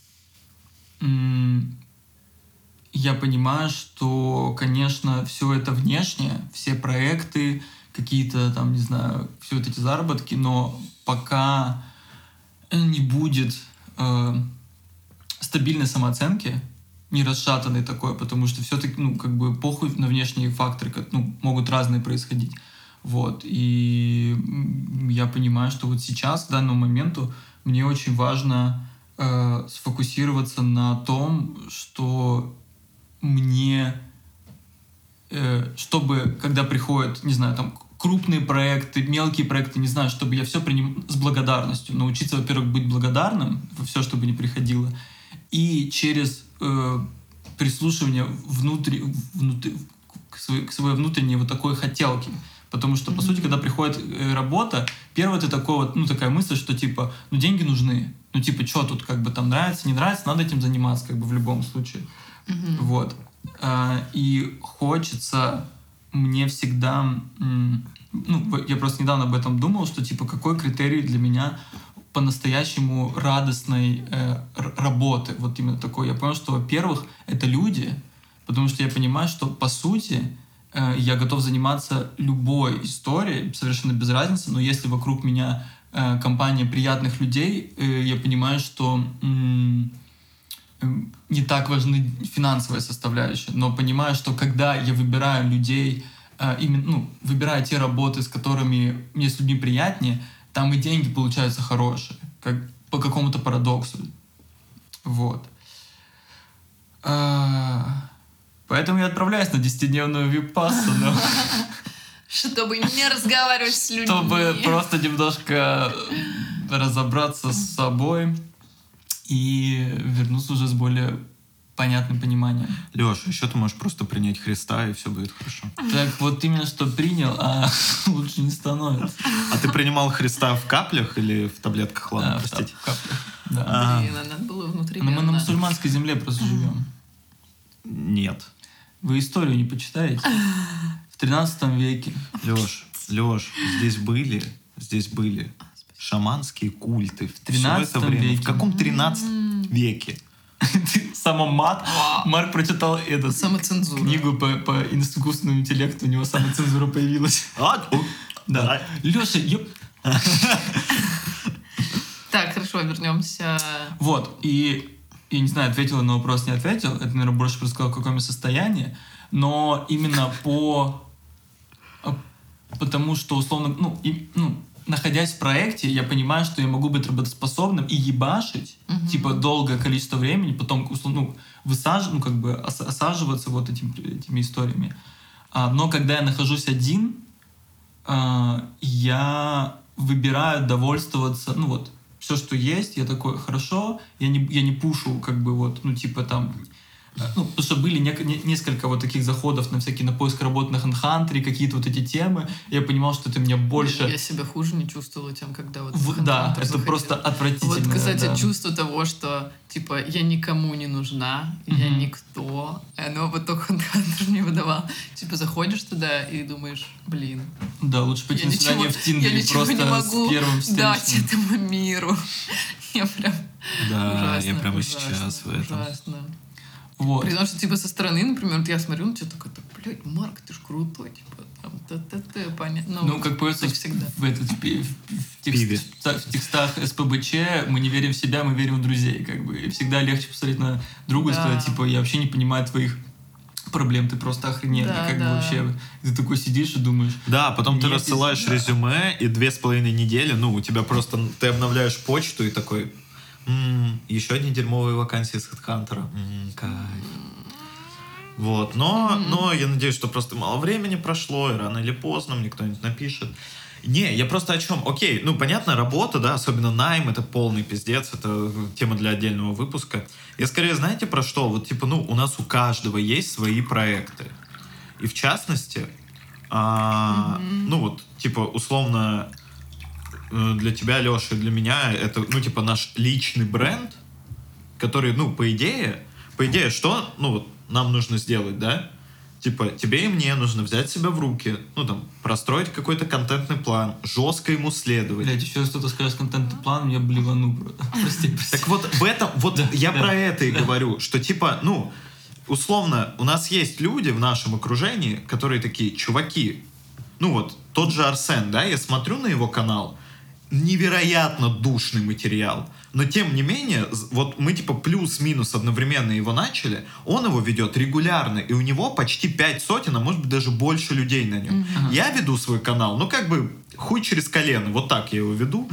м, я понимаю, что, конечно, все это внешнее, все проекты, какие-то там, не знаю, все вот эти заработки, но пока не будет э, стабильной самооценки, не расшатанной такой, потому что все-таки, ну, как бы похуй на внешние факторы, как, ну, могут разные происходить. Вот. И я понимаю, что вот сейчас, к данному моменту, мне очень важно э, сфокусироваться на том, что мне, э, чтобы, когда приходят, не знаю, там, крупные проекты, мелкие проекты, не знаю, чтобы я все принимал с благодарностью. Научиться, во-первых, быть благодарным во все, чтобы не приходило. И через э, прислушивание внутри, внутри, к, своей, к своей внутренней вот такой хотелке. Потому что, по mm-hmm. сути, когда приходит э, работа, первое это такое вот, ну, такая мысль, что типа, ну, деньги нужны. Ну, типа, что тут, как бы там нравится, не нравится, надо этим заниматься, как бы в любом случае. Mm-hmm. Вот. А, и хочется мне всегда... М- ну, я просто недавно об этом думал, что, типа, какой критерий для меня по-настоящему радостной э, р- работы. Вот именно такой. Я понял, что, во-первых, это люди, потому что я понимаю, что, по сути, э, я готов заниматься любой историей, совершенно без разницы, но если вокруг меня э, компания приятных людей, э, я понимаю, что м- не так важны финансовая составляющая, но понимаю, что когда я выбираю людей, э, именно, ну, выбираю те работы, с которыми мне с людьми приятнее, там и деньги получаются хорошие, как по какому-то парадоксу. Вот. А, поэтому я отправляюсь на десятидневную випассану. Чтобы не разговаривать с людьми. Чтобы просто немножко разобраться с собой и вернуться уже с более понятным пониманием. Лёш, еще ты можешь просто принять Христа, и все будет хорошо. Так вот именно что принял, а лучше не становится. А ты принимал Христа в каплях или в таблетках? Ладно, А, простите. в каплях, да. А. Блин, а надо было внутри. Но мы на мусульманской земле просто живем. Нет. Вы историю не почитаете? В тринадцатом веке. Лёш, Лёш, здесь были, здесь были шаманские культы. В тринадцатом веке. В каком тринадцатом веке? Самомат. Марк прочитал эту Самоцензура. книгу по, по искусственному интеллекту, у него самоцензура появилась. А, о, Да. Леша, ёп. Так, хорошо, вернемся. Вот, и я не знаю, ответил на вопрос, не ответил. Это, наверное, больше рассказал, в каком я состоянии. Но именно по... Потому что, условно, ну, и, ну, находясь в проекте, я понимаю, что я могу быть работоспособным и ебашить, Мгм. типа, долгое количество времени, потом, условно, ну, высаж... ну, как бы ос- осаживаться вот этим, этими историями. А, но когда я нахожусь один, а, я выбираю довольствоваться, ну, вот, все, что есть, я такой, хорошо, я не, я не пушу, как бы, вот, ну, типа, там, ну, потому что были нек- не- несколько вот таких заходов на всякие, на поиск работы на HeadHunter, какие-то вот эти темы, я понимал, что это меня больше... Я себя хуже не чувствовала, чем когда вот... В- в да, HeadHunter это заходила. просто отвратительно. Вот, кстати, да. чувство того, что, типа, я никому не нужна, я Мгм. никто, оно вот только HeadHunter мне выдавал. Типа, заходишь туда и думаешь, блин, Да, лучше пойти я на ничего, свидание в я Тиндере ничего просто не могу с первым дать встречным. этому миру. Я прям Да, ужасно, я прямо ужасно, сейчас в этом. Ужасно. Вот. При том, что, типа, со стороны, например, вот я смотрю на тебя такой, блядь, Марк, ты ж крутой, типа, там, т-т-т, понятно. Ну, как поется так всегда. в, этот, в, пи- в текст- Пиве. в текстах СПБЧ, мы не верим в себя, мы верим в друзей. Как бы. И всегда легче посмотреть на друга и Да. сказать, типа, я вообще не понимаю твоих проблем, ты просто охрененный. Да, как да. бы вообще. Ты такой сидишь и думаешь, Да, потом ты Нет, рассылаешь если- да. резюме, и две с половиной недели, ну, у тебя просто... Ты обновляешь почту и такой... «М, еще одни дерьмовые вакансии с HeadHunter. М, кайф. Вот, но, но я надеюсь, что просто мало времени прошло, и рано или поздно мне кто-нибудь напишет. Не, я просто о чем? Окей, ну, понятно, работа, да, особенно найм, это полный пиздец, это тема для отдельного выпуска. Я скорее, знаете, про что? Вот, типа, ну, у нас у каждого есть свои проекты. И в частности, а, ну, вот, типа, условно, э, для тебя, Леша, и для меня это, ну, типа, наш личный бренд, который, ну, по идее, по идее, что, ну, вот, нам нужно сделать, да? Типа, тебе и мне нужно взять себя в руки, ну, там, простроить какой-то контентный план, жестко ему следовать. блядь, еще что-то скажешь контентный план, я блевану. просто. Прости, прости. Так вот, в этом, вот Да, я да, про это и да. говорю, что, типа, ну, условно, у нас есть люди в нашем окружении, которые такие, чуваки, ну, вот, тот же Арсен, да, я смотрю на его канал, невероятно душный материал. Но тем не менее, з- вот мы типа плюс-минус одновременно его начали, он его ведет регулярно, и у него почти пять сотен, а может быть даже больше людей на нем. Ага. Я веду свой канал, ну как бы хуй через колено, вот так я его веду.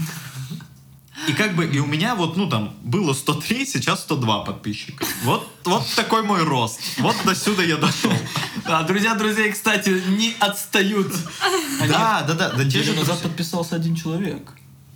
И как бы, и у меня вот, ну там, было сто три, сейчас сто два подписчика. Вот, вот такой мой рост. Вот до сюда я дошел. Да, друзья друзей, кстати, не отстают. Они- Да, да, да. Да те Неделю же назад друзья. подписался один человек.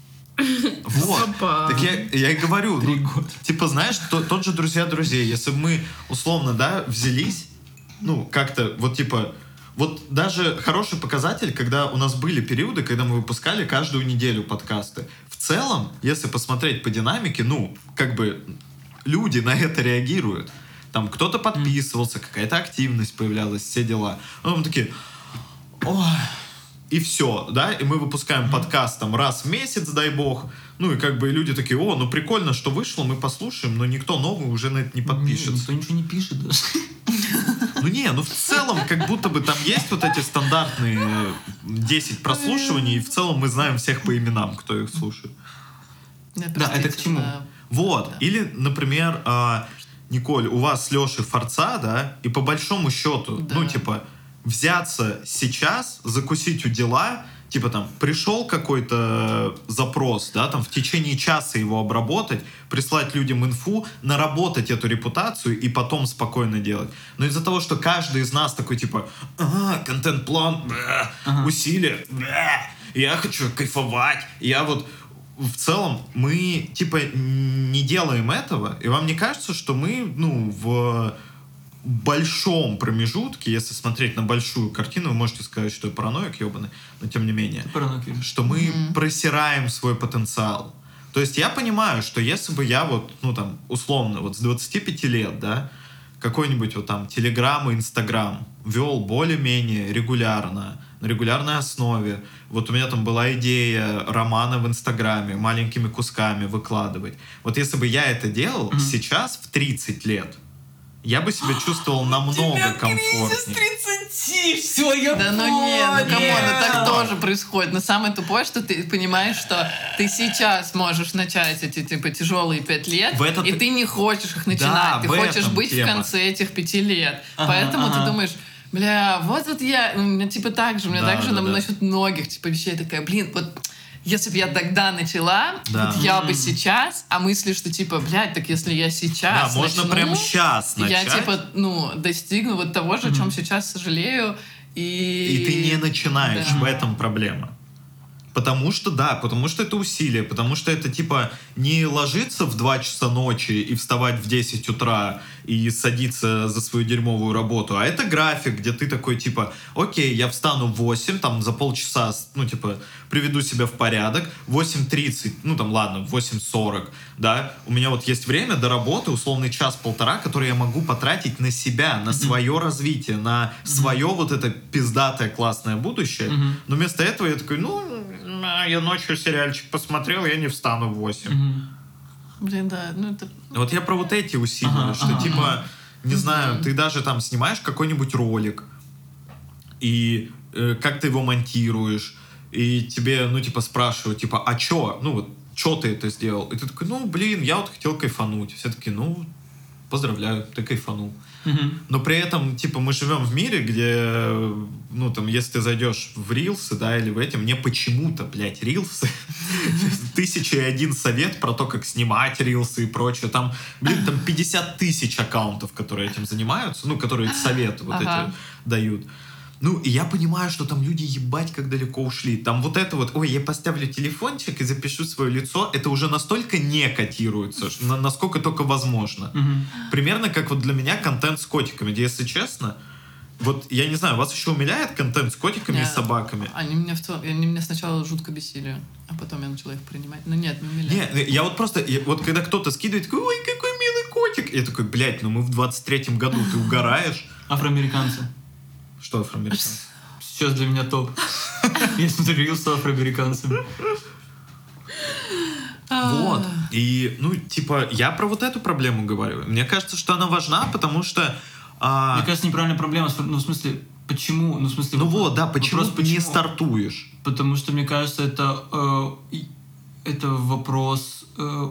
Вот. Опа. Так я, я и говорю, Три ну, года. типа, знаешь, то- тот же друзья друзей, если бы мы, условно, да, взялись, ну, как-то, вот, типа, вот даже хороший показатель, когда у нас были периоды, когда мы выпускали каждую неделю подкасты. В целом, если посмотреть по динамике, ну, как бы, люди на это реагируют. Там кто-то подписывался, какая-то активность появлялась, все дела. Ну, мы такие, ой, и все, да, и мы выпускаем подкаст там раз в месяц, дай бог, ну и как бы и люди такие, о, ну прикольно, что вышло, мы послушаем, но никто новый уже на это не подпишется. Никто ничего не пишет даже. Ну не, ну в целом как будто бы там есть вот эти стандартные десять прослушиваний, и в целом мы знаем всех по именам, кто их слушает. Нет, Да, это к чему? простите, Вот, Да. или, например, а, Николь, у вас с Лешей Форца, да, и по большому счету, Да. ну типа, взяться сейчас, закусить у дела, типа там, пришел какой-то запрос, да, там в течение часа его обработать, прислать людям инфу, наработать эту репутацию и потом спокойно делать. Но из-за того, что каждый из нас такой, типа, ага, контент-план, бля, Ага. усилия, бля, я хочу кайфовать, я вот... В целом, мы, типа, не делаем этого, и вам не кажется, что мы, ну, в большом промежутке, если смотреть на большую картину, вы можете сказать, что я параноик ебаный, но тем не менее, Параноик, видишь. что мы просираем свой потенциал. То есть я понимаю, что если бы я вот, ну там, условно, вот с двадцати пяти лет, да, какой-нибудь вот там Телеграм и Инстаграм вел более-менее регулярно, на регулярной основе. Вот у меня там была идея романа в Инстаграме, маленькими кусками выкладывать. Вот если бы я это делал mm-hmm. сейчас, в тридцать лет, я бы себя чувствовал намного комфортнее. тридцати, все, я Да ну не, ну камон, ну так тоже происходит. Но самое тупое, что ты понимаешь, что ты сейчас можешь начать эти типа тяжелые пять лет, этот... и ты не хочешь их начинать. Да, ты в хочешь быть тема. в конце этих пяти лет. Ага, Поэтому ага. ты думаешь, бля, вот вот я, у меня типа так же, у меня Да, так же да, да. насчет многих типа вещей такая, блин, вот если бы я тогда начала, Да. вот я бы сейчас, а мысли, что типа, блядь, так если я сейчас Да, можно начну, прямо сейчас начать. я типа, ну, достигну вот того же, о чем сейчас сожалею. И... И ты не начинаешь, Да. в этом проблема. Потому что, да, потому что это усилие, потому что это, типа, не ложиться в два часа ночи и вставать в десять утра и садиться за свою дерьмовую работу, а это график, где ты такой, типа, окей, я встану в восемь, там, за полчаса, ну, типа, приведу себя в порядок, в восемь тридцать, ну, там, ладно, в восемь сорок, да, у меня вот есть время до работы, условный час-полтора, который я могу потратить на себя, на свое развитие, на свое вот это пиздатое классное будущее, но вместо этого я такой, ну, я ночью сериальчик посмотрел, я не встану в восемь. Блин, да, ну это... Вот я про вот эти усилия, Ага, что ага, типа, не знаю, ты даже там снимаешь какой-нибудь ролик, и э, как ты его монтируешь, и тебе, ну, типа, спрашивают, типа, а чё? Ну, вот, чё ты это сделал? И ты такой, ну, блин, я вот хотел кайфануть. Все таки, ну, поздравляю, ты кайфанул. Но при этом, типа, мы живем в мире, где, ну, там, если ты зайдешь в рилсы, да, или в эти, мне почему-то, блядь, рилсы, тысяча и один совет про то, как снимать рилсы и прочее. Там, блин, там пятьдесят тысяч аккаунтов, которые этим занимаются, ну, которые советы вот Ага. эти дают. Ну, и я понимаю, что там люди ебать как далеко ушли. Там вот это вот, ой, я поставлю телефончик и запишу свое лицо, это уже настолько не котируется, что- на- насколько только возможно. Примерно как вот для меня контент с котиками, где, если честно, вот, я не знаю, вас еще умиляет контент с котиками и Нет. собаками? Они меня, в то- они меня сначала жутко бесили, а потом я начала их принимать. Ну нет, не умиляют. Не, я вот просто, я- вот когда кто-то скидывает, такой, ой, какой милый котик. Я такой, блядь, ну мы в двадцать третьем году, ты угораешь? Афроамериканцы. Что афроамериканцы? Сейчас для меня топ. Я смотрю рилс с афроамериканцами. Вот. И, ну, типа, я про вот эту проблему говорю. Мне кажется, что она важна, потому что... а, Мне кажется, неправильная проблема. Ну, в смысле, почему? Ну, в смысле, ну вопрос- вот, да, почему вопрос, ты не стартуешь? Потому что, мне кажется, это, э, и- это вопрос э,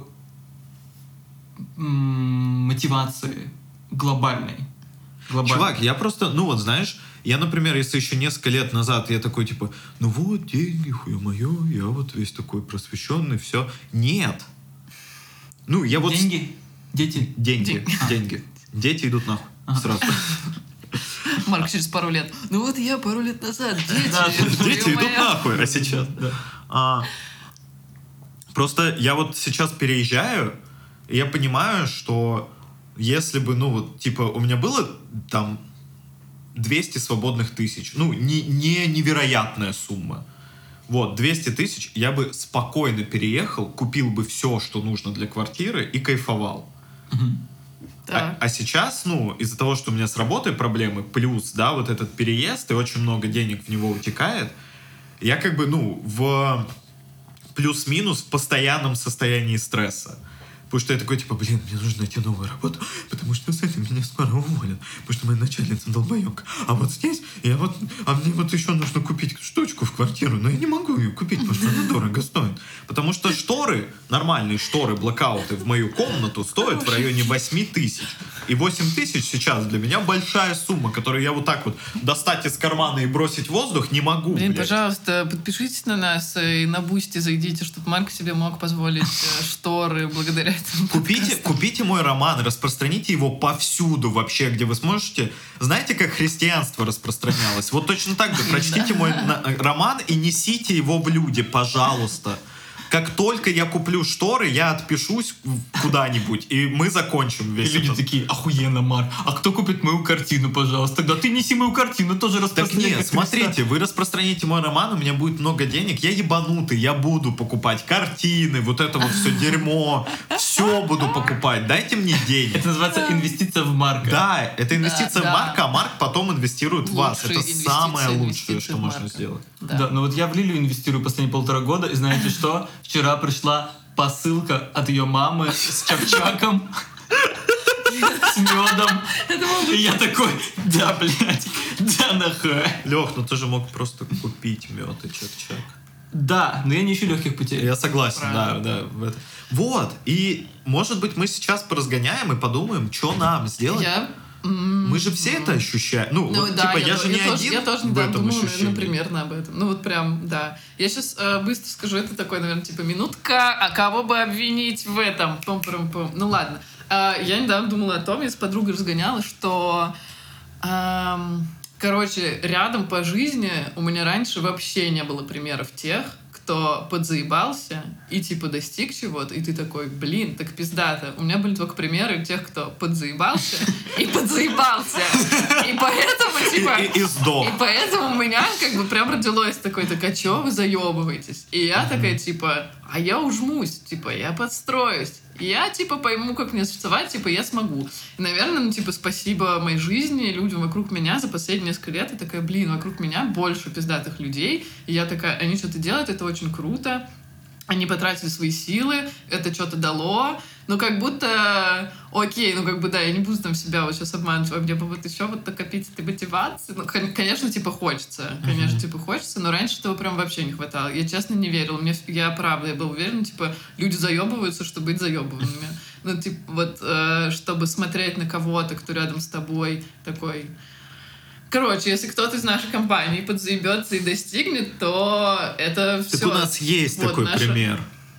м, мотивации глобальной. Глобальной. Чувак, я просто, ну вот, знаешь, я, например, если еще несколько лет назад я такой, типа, ну вот, деньги, хуя мое, я вот весь такой просвещенный, все. Нет. Ну, я вот... Деньги? Дети? Деньги. Деньги. Дети идут нахуй. Сразу. Марк через пару лет. Ну вот я пару лет назад, дети. Да, Дети идут ё-моё. нахуй, а сейчас... А, просто я вот сейчас переезжаю, и я понимаю, что если бы, ну вот, типа, у меня было там двести свободных тысяч, ну, не, не невероятная сумма. Вот, двести тысяч, я бы спокойно переехал, купил бы все, что нужно для квартиры и кайфовал. А, Так. а сейчас, ну, из-за того, что у меня с работой проблемы, плюс, да, вот этот переезд, и очень много денег в него утекает, я как бы, ну, в плюс-минус в постоянном состоянии стресса. Потому что я такой, типа, блин, мне нужно найти новую работу, потому что с этим меня скоро уволят, потому что моя начальница долбоёбка. А вот здесь, я вот, а мне вот еще нужно купить штучку в квартиру, но я не могу ее купить, потому что она дорого стоит. Потому что шторы, нормальные шторы, блокауты в мою комнату стоят в районе восемь тысяч. И восемь тысяч сейчас для меня большая сумма, которую я вот так вот достать из кармана и бросить в воздух не могу, Блин, блядь. пожалуйста, подпишитесь на нас и на Бусти зайдите, чтобы Марк себе мог позволить э, шторы благодаря этому Купите, подкасту. купите мой роман, распространите его повсюду вообще, где вы сможете. Знаете, как христианство распространялось? Вот точно так же. Прочтите мой на- роман и несите его в люди, пожалуйста. Как только я куплю шторы, я отпишусь куда-нибудь, и мы закончим И весь люди этот... такие, охуенно, Марк, а кто купит мою картину, пожалуйста? Тогда ты неси мою картину, тоже Так распространяй. нет, как Христа. смотрите, вы распространите мой роман, у меня будет много денег, я ебанутый, я буду покупать картины, вот это вот все дерьмо, все буду покупать, дайте мне денег. Это называется инвестиция в Марка. Да, это инвестиция Да, в да. Марка, а Марк потом инвестирует в вас. Лучшие Это инвестиции, самое лучшее, инвестиции что в можно Марка. сделать. Да. Да, ну вот я в Лилию инвестирую последние полтора года, и знаете что? Вчера пришла посылка от ее мамы с чак-чаком, с медом. И я такой, да, блядь, да нахуй. Лех, ну ты же мог просто купить мед и чак-чак. Да, но я не ищу легких путей. Я согласен, Правильно. да, да. в это. Вот, и может быть мы сейчас поразгоняем и подумаем, что нам сделать. Я... м, Мы же все это ощущаем. Ну, Ну вот, да, типа, я, то- же не тоже, один я тоже в недавно этом думала, ощущении. наверное, примерно об этом. Ну вот прям, да. Я сейчас быстро скажу, это такой, наверное, типа минутка, а кого бы обвинить в этом? Пум-пум-пум. Ну ладно. А, я недавно думала о том, я с подругой разгоняла, что... ам, короче, рядом по жизни у меня раньше вообще не было примеров тех, кто подзаебался и типа достиг чего-то, и ты такой, блин, так пиздато. У меня были только примеры тех, кто подзаебался и подзаебался. И поэтому, типа... И, и- и сдох. И поэтому у меня как бы прям родилось такое, так а чё вы заебываетесь? И я такая, типа, а я ужмусь, типа, я подстроюсь. И я, типа, пойму, как мне существовать, типа, я смогу. И, наверное, ну, типа, спасибо моей жизни, людям вокруг меня за последние несколько лет. Я такая, блин, вокруг меня больше пиздатых людей. И я такая, они что-то делают, это очень круто. Они потратили свои силы, это что-то дало. Ну, как будто, окей, ну, как бы, да, я не буду там себя вот сейчас обманывать, а где бы вот еще вот накопить этой мотивации. Ну, кон- конечно, типа, хочется. Конечно, Мгм. типа, хочется, но раньше этого прям вообще не хватало. Я, честно, не верила. Мне, я, правда, я была уверена, типа, люди заебываются, чтобы быть заебыванными. Ну, типа, вот, э, чтобы смотреть на кого-то, кто рядом с тобой, такой... Короче, если кто-то из нашей компании подзаебется и достигнет, то это все... Так у нас есть Вот такой наша- пример.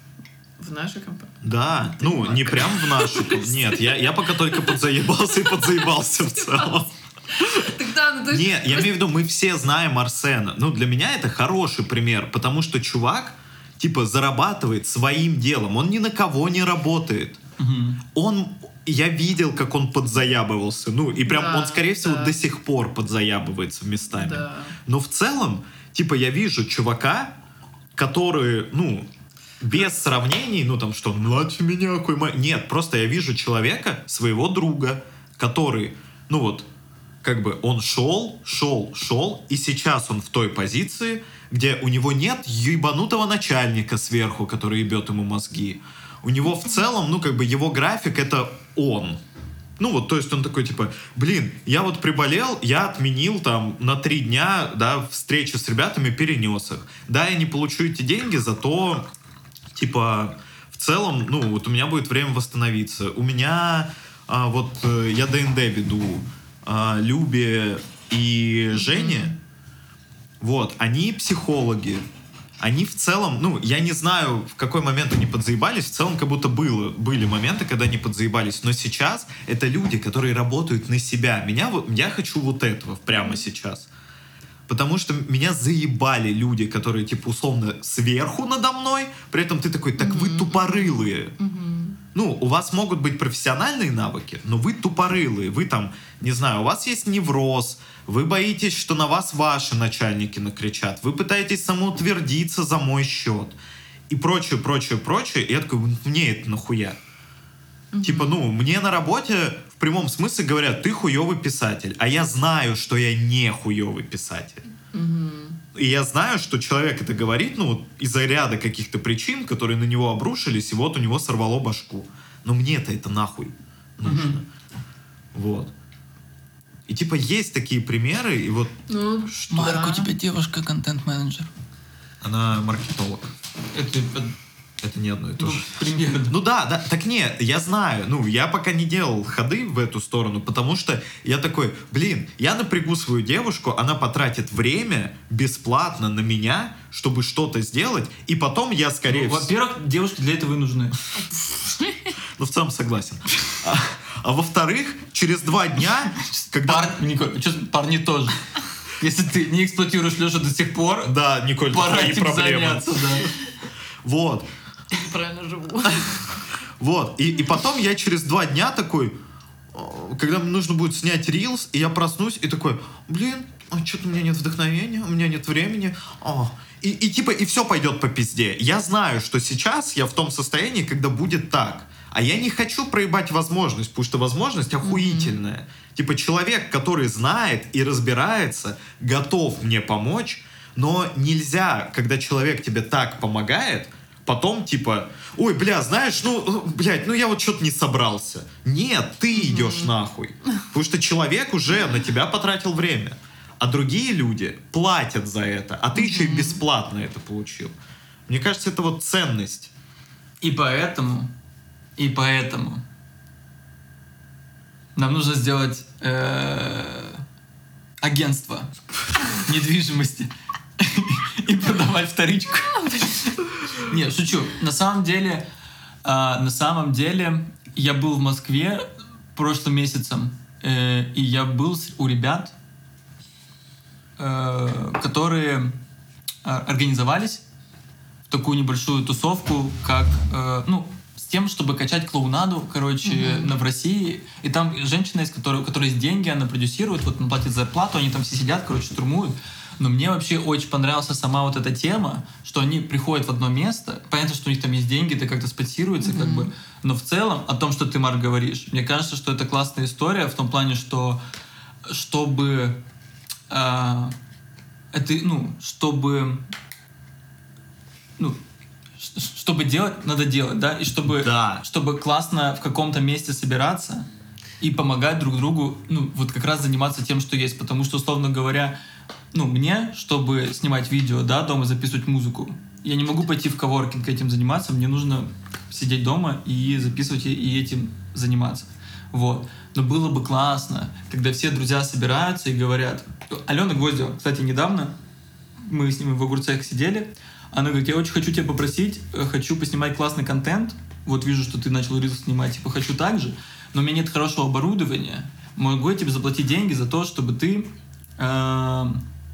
В нашей компании. Да, ну, не прям в нашу. Нет, я, я пока только подзаебался и подзаебался в целом. Тогда, ну, то есть... Нет, я имею в виду, мы все знаем Арсена. Ну, для меня это хороший пример, потому что чувак, типа, зарабатывает своим делом. Он ни на кого не работает. Мгм. Он... Я видел, как он подзаябывался. Ну, и прям Да, он, скорее всего, да. до сих пор подзаябывается местами. Да. Но в целом, типа, я вижу чувака, который, ну, без сравнений, ну, там, что он младше меня, какой ма-». Нет, просто я вижу человека, своего друга, который, ну, вот, как бы он шел, шел, шел, и сейчас он в той позиции, где у него нет ебанутого начальника сверху, который ебет ему мозги. У него в целом, ну, как бы его график — это он. Ну, вот, то есть он такой, типа, блин, я вот приболел, я отменил там на три дня, да, встречу с ребятами, перенес их. Да, я не получу эти деньги, зато, типа, в целом, ну, вот у меня будет время восстановиться. У меня, а, вот, э, я ДНД веду, а, Любе и Жене, вот, они психологи. Они в целом, ну, я не знаю, в какой момент они подзаебались, в целом как будто было, были моменты, когда они подзаебались, но сейчас это люди, которые работают на себя. Меня вот, я хочу вот этого прямо сейчас. Потому что меня заебали люди, которые, типа, условно, сверху надо мной, при этом ты такой, так вы тупорылые. Ну, у вас могут быть профессиональные навыки, но вы тупорылые. Вы там, не знаю, у вас есть невроз, вы боитесь, что на вас ваши начальники накричат, вы пытаетесь самоутвердиться за мой счет и прочее, прочее, прочее. И я такой, мне это нахуя? Типа, ну, мне на работе в прямом смысле говорят, ты хуёвый писатель, а я знаю, что я не хуёвый писатель. И я знаю, что человек это говорит, ну, вот из-за ряда каких-то причин, которые на него обрушились, и вот у него сорвало башку. Но мне-то это нахуй нужно. Вот. И типа есть такие примеры, и вот Ну, Марк, да. у тебя девушка контент-менеджер. она маркетолог. Это, Это не одно и то ну, же. примерно. Ну да, да, так нет, я знаю, ну, я пока не делал ходы в эту сторону, потому что я такой, блин, я напрягу свою девушку, она потратит время бесплатно на меня, чтобы что-то сделать, и потом я, скорее Ну, всего... во-первых, девушки для этого и нужны. Ну, в целом согласен. А, а во-вторых, через два дня, когда... Пар... Николь, чё, парни тоже. Если ты не эксплуатируешь Лешу до сих пор, Да, Николь, это пора твои этим проблемы. заняться, да. Вот, Я неправильно живу. вот. И, и потом я через два дня такой, э, когда мне нужно будет снять рилс, и я проснусь и такой, блин, а что-то у меня нет вдохновения, у меня нет времени. А. И, и типа, и все пойдет по пизде. Я знаю, что сейчас я в том состоянии, когда будет так. А я не хочу проебать возможность, потому что возможность охуительная. Mm-hmm. Типа человек, который знает и разбирается, готов мне помочь, но нельзя, когда человек тебе так помогает, потом типа, ой, бля, знаешь, ну, блядь, ну я вот что-то не собрался. Нет, ты mm-hmm. идешь нахуй. Потому что человек уже на тебя потратил время. А другие люди платят за это, а ты mm-hmm. еще и бесплатно это получил. Мне кажется, это вот ценность. И поэтому, и поэтому нам нужно сделать э, агентство недвижимости и продавать вторичку. Не, шучу. На самом деле, на самом деле, я был в Москве прошлым месяцем, и я был у ребят, которые организовались в такую небольшую тусовку, как, ну, с тем, чтобы качать клоунаду, короче, mm-hmm. на, в России. И там женщина, из которой, у которой есть деньги, она продюсирует, вот она платит зарплату, они там все сидят, короче, штурмуют. Но мне вообще очень понравилась сама вот эта тема, что они приходят в одно место. Понятно, что у них там есть деньги, это как-то спонсируется, mm-hmm. как бы. Но в целом, о том, что ты, Марк, говоришь, мне кажется, что это классная история в том плане, что чтобы... Э, это, ну, чтобы... Ну, чтобы делать, надо делать, да? И чтобы, да. чтобы классно в каком-то месте собираться и помогать друг другу, ну, вот как раз заниматься тем, что есть. Потому что, условно говоря, ну, мне, чтобы снимать видео, да, дома записывать музыку, я не могу пойти в коворкинг этим заниматься, мне нужно сидеть дома и записывать и этим заниматься. Вот. Но было бы классно, когда все друзья собираются и говорят... Алена Гвоздева, кстати, недавно мы с ними в огурцах сидели, она говорит, я очень хочу тебя попросить, хочу поснимать классный контент, вот вижу, что ты начал рилс снимать, типа, хочу так же, но у меня нет хорошего оборудования, могу я тебе заплатить деньги за то, чтобы ты, э,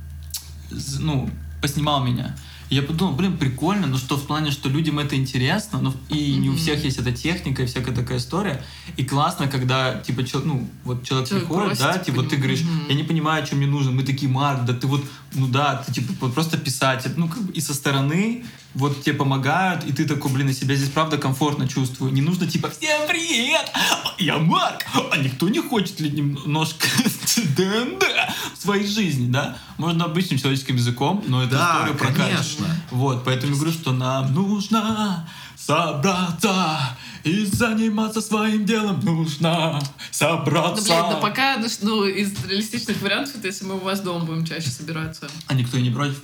ну, поснимал меня. И я подумал, блин, прикольно, но что в плане, что людям это интересно, но и mm-hmm. не у всех есть эта техника и всякая такая история. И классно, когда, типа, чел, ну, вот человек, человек приходит, просит, да, типа, ты говоришь, mm-hmm. я не понимаю, что мне нужно. Мы такие, Марк, да ты вот, ну да, ты, типа, просто писать. Ну, как бы и со стороны вот тебе помогают, и ты такой, блин, и себя здесь правда комфортно чувствую. Не нужно, типа, всем привет, я Марк, а никто не хочет ли немножко ДНД в своей жизни, да? Можно обычным человеческим языком, но это да, история про конечно. Вот, поэтому я говорю, что нам нужно собраться и заниматься своим делом. Нужно собраться. Да, блин, да пока, ну, из реалистичных вариантов, это если мы у вас дома будем чаще собираться. А никто и не против?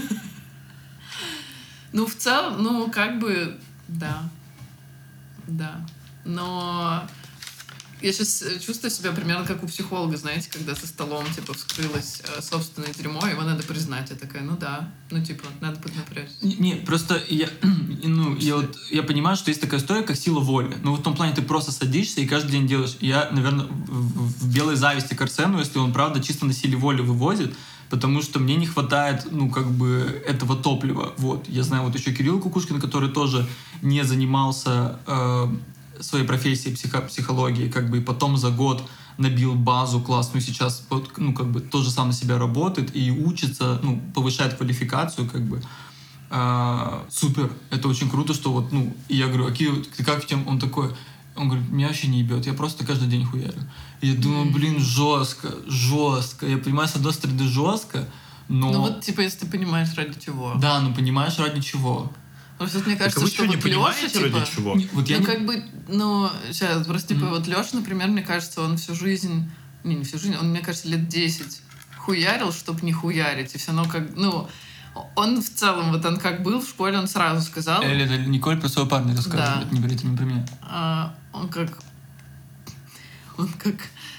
Ну, в целом, ну, как бы, да. Да. Но я сейчас чувствую себя примерно как у психолога, знаете, когда за столом, типа, вскрылось э, собственное дерьмо, его надо признать. Я такая, ну да, ну, типа, надо поднапрячься. Не, не, просто я, ну, я, вот, я понимаю, что есть такая история, как сила воли. Ну, в том плане ты просто садишься и каждый день делаешь. Я, наверное, в, в белой зависти к Арсену, если он, правда, чисто на силе воли вывозит, потому что мне не хватает, ну, как бы, этого топлива. Вот. Я знаю вот еще Кирилл Кукушкин, который тоже не занимался э, своей профессией психо- психологии, как бы, и потом за год набил базу классную, сейчас, ну, как бы, тоже сам на себя работает и учится, ну, повышает квалификацию, как бы. Э, супер. Это очень круто, что вот, ну, и я говорю, а Кирилл, ты как в тем? Он такой... Он говорит, меня вообще не ебет, я просто каждый день хуярю. И я думаю, блин, жестко, жестко. Я понимаю, с одной стороны, жестко, но... Ну вот, типа, если ты понимаешь, ради чего. Да, ну понимаешь, ради чего. Ну, вот мне кажется, так, а вы что, что, вот не Лёша, понимаете, типа... ради чего? Вот я ну, не... как бы, ну, сейчас, просто, типа, Mm. вот Лёша, например, мне кажется, он всю жизнь... Не, не всю жизнь, он, мне кажется, лет десять хуярил, чтобы не хуярить. И все равно как... Ну, он в целом, вот он как был в школе, он сразу сказал... Или это Николь про своего парня рассказывает, Да. не берите, не про меня. А, он как... Он как...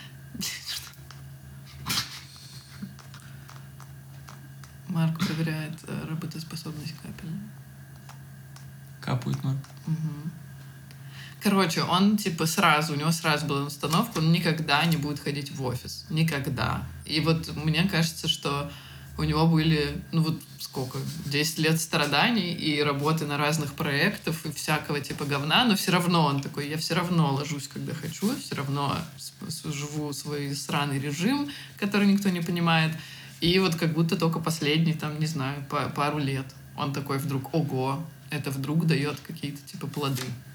Марк проверяет э, работоспособность капель. Капает, Марк. Угу. Короче, он типа сразу, у него сразу была установка, он никогда не будет ходить в офис. Никогда. И вот мне кажется, что у него были, ну вот сколько, десять лет страданий и работы на разных проектах и всякого типа говна, но все равно он такой, я все равно ложусь, когда хочу, все равно живу свой сраный режим, который никто не понимает. И вот как будто только последний, там, не знаю, пару лет он такой вдруг, ого, это вдруг дает какие-то типа плоды.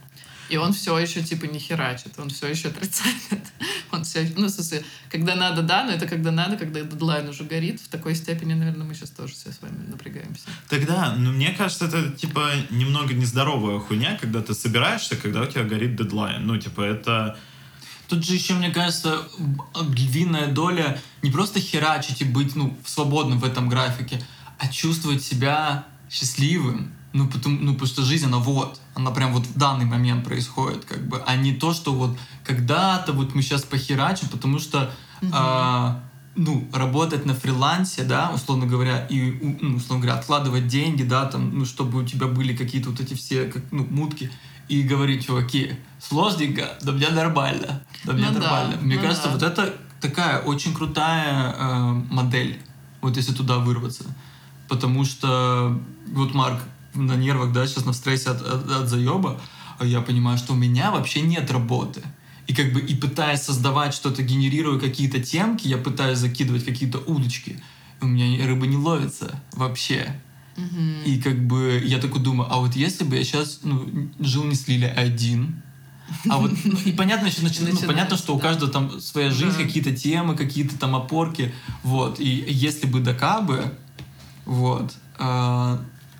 И он все еще, типа, не херачит, он все еще отрицает. Он все, ну, в смысле, когда надо, да, но это когда надо, когда дедлайн уже горит. В такой степени, наверное, мы сейчас тоже все с вами напрягаемся. Тогда, ну, мне кажется, это, типа, немного нездоровая хуйня, когда ты собираешься, когда у тебя горит дедлайн. Ну, типа, это... Тут же еще, мне кажется, львиная доля не просто херачить и быть, ну, свободным в этом графике, а чувствовать себя счастливым. Ну, потому, ну, потому что жизнь, она вот, она прям вот в данный момент происходит, как бы, а не то, что вот когда-то вот мы сейчас похерачим, потому что, mm-hmm. а, ну, работать на фрилансе, да, условно говоря, и, ну, условно говоря, откладывать деньги, да, там, ну, чтобы у тебя были какие-то вот эти все, как, ну, мутки, и говорить, чуваки, сложненько, да мне нормально, да мне ну, нормально. Да, мне ну, кажется, да. вот это такая очень крутая э, модель, вот если туда вырваться, потому что вот Марк на нервах, да, сейчас на стрессе от, от, от заеба, я понимаю, что у меня вообще нет работы. И как бы и пытаясь создавать что-то, генерируя какие-то темки, я пытаюсь закидывать какие-то удочки. У меня рыба не ловится вообще. Mm-hmm. И как бы я такой думаю, а вот если бы я сейчас ну, жил не с Лилей один, а вот, ну, и понятно, что, начи... ну, понятно, что у каждого там своя жизнь, да. какие-то темы, какие-то там опорки, вот, и если бы да бы, вот, э,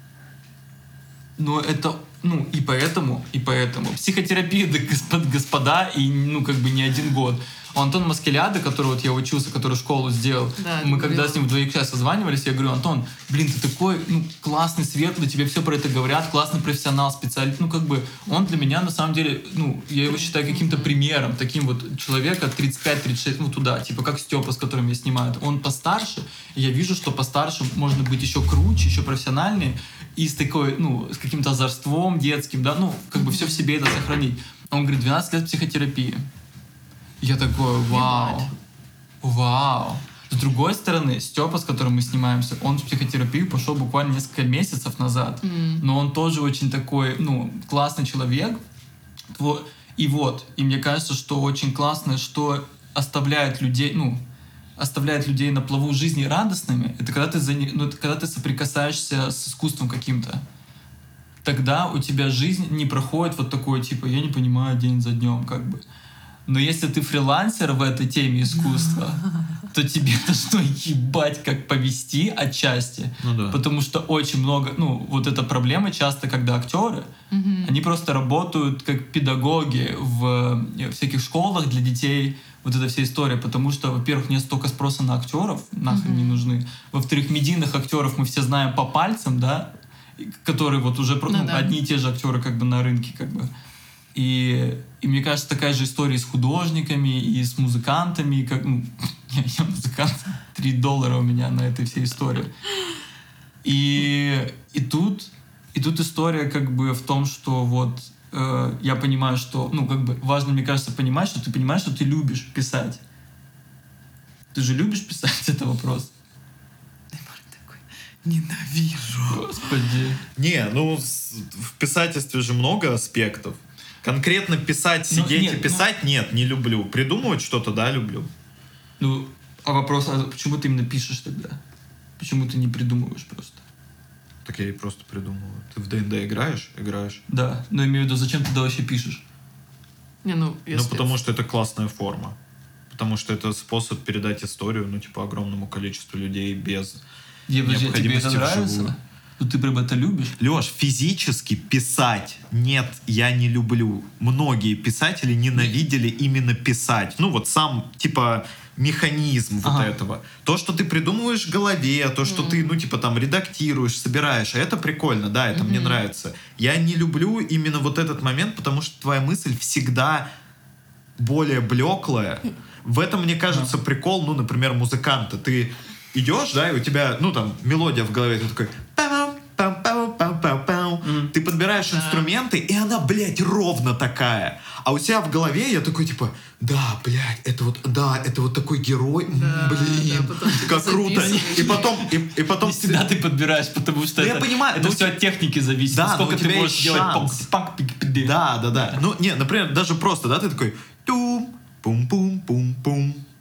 но это, ну, и поэтому, и поэтому. Психотерапия, да, господ, господа, и, ну, как бы не один год. У Антона Маскеляда, который вот я учился, который школу сделал, да, мы когда говорил. С ним вдвоем сейчас созванивались, я говорю, Антон, блин, ты такой, ну, классный, светлый, тебе все про это говорят, классный профессионал, специалист. Ну, как бы, он для меня, на самом деле, ну, я его считаю каким-то примером, таким вот человека тридцать пять тридцать шесть, ну, туда, типа, как Степа, с которым я снимаю. Он постарше, и я вижу, что постарше можно быть еще круче, еще профессиональнее, и с такой, ну, с каким-то озорством детским, да, ну, как бы все в себе это сохранить. Он говорит, двенадцать лет психотерапии. Я такой, вау, вау. С другой стороны, Степа, с которым мы снимаемся, он в психотерапию пошел буквально несколько месяцев назад. Mm. Но он тоже очень такой, ну, классный человек. И вот, и мне кажется, что очень классно, что оставляет людей, ну, оставляет людей на плаву жизни радостными, это когда ты, за, ну, это когда ты соприкасаешься с искусством каким-то. Тогда у тебя жизнь не проходит вот такое, типа, я не понимаю день за днем, как бы. Но если ты фрилансер в этой теме искусства, то тебе должно ебать как повести отчасти. Ну, да. Потому что очень много... Ну, вот эта проблема часто, когда актеры, mm-hmm. они просто работают как педагоги в всяких школах для детей. Вот эта вся история. Потому что, во-первых, нет столько спроса на актеров, нахрен mm-hmm. не нужны. Во-вторых, медийных актеров мы все знаем по пальцам, да, которые вот уже ну, ну, да. одни и те же актеры как бы на рынке, как бы. И, и мне кажется, такая же история с художниками и с музыкантами. Как, ну, я, я музыкант, три доллара у меня на этой всей истории. И, и, тут, и тут история как бы в том, что вот э, я понимаю, что, ну, как бы важно, мне кажется, понимать, что ты понимаешь, что ты любишь писать. Ты же любишь писать? Это вопрос. Ненавижу. Господи. Не, ну, в писательстве же много аспектов. Конкретно писать, сидеть ну, нет, и писать, ну... нет, не люблю. Придумывать что-то, да, люблю. Ну, а вопрос, а почему ты именно пишешь тогда? Почему ты не придумываешь просто? Так я и просто придумываю. Ты в ди энд ди играешь? Играешь. Да, но имею в виду, зачем ты тогда вообще пишешь? Не, ну, если... ну, потому что это классная форма. Потому что это способ передать историю, ну, типа, огромному количеству людей без я, необходимости тебе это нравится? Ну, ты прям это любишь? Лёш, физически писать нет, я не люблю. Многие писатели ненавидели именно писать. Ну, вот сам, типа, механизм ага. вот этого. То, что ты придумываешь в голове, то, что mm. ты, ну, типа, там, редактируешь, собираешь, это прикольно, да, это mm-hmm. мне нравится. Я не люблю именно вот этот момент, потому что твоя мысль всегда более блеклая. В этом, мне кажется, mm. прикол, ну, например, музыканта. Ты идешь, да, и у тебя, ну, там, мелодия в голове, ты такой... Mm. Ты подбираешь yeah. инструменты, и она, блядь, ровно такая. А у тебя в голове я такой, типа, да, блядь, это вот, да, это вот такой герой, да, блин, да, как круто. И потом, и, и потом... Не всегда ты подбираешь, потому что да это, я понимаю, это все от техники зависит. Да, сколько ты можешь делать. Да, да, да. Ну, не, например, даже просто, да, ты такой, тум, пум-пум-пум-пум.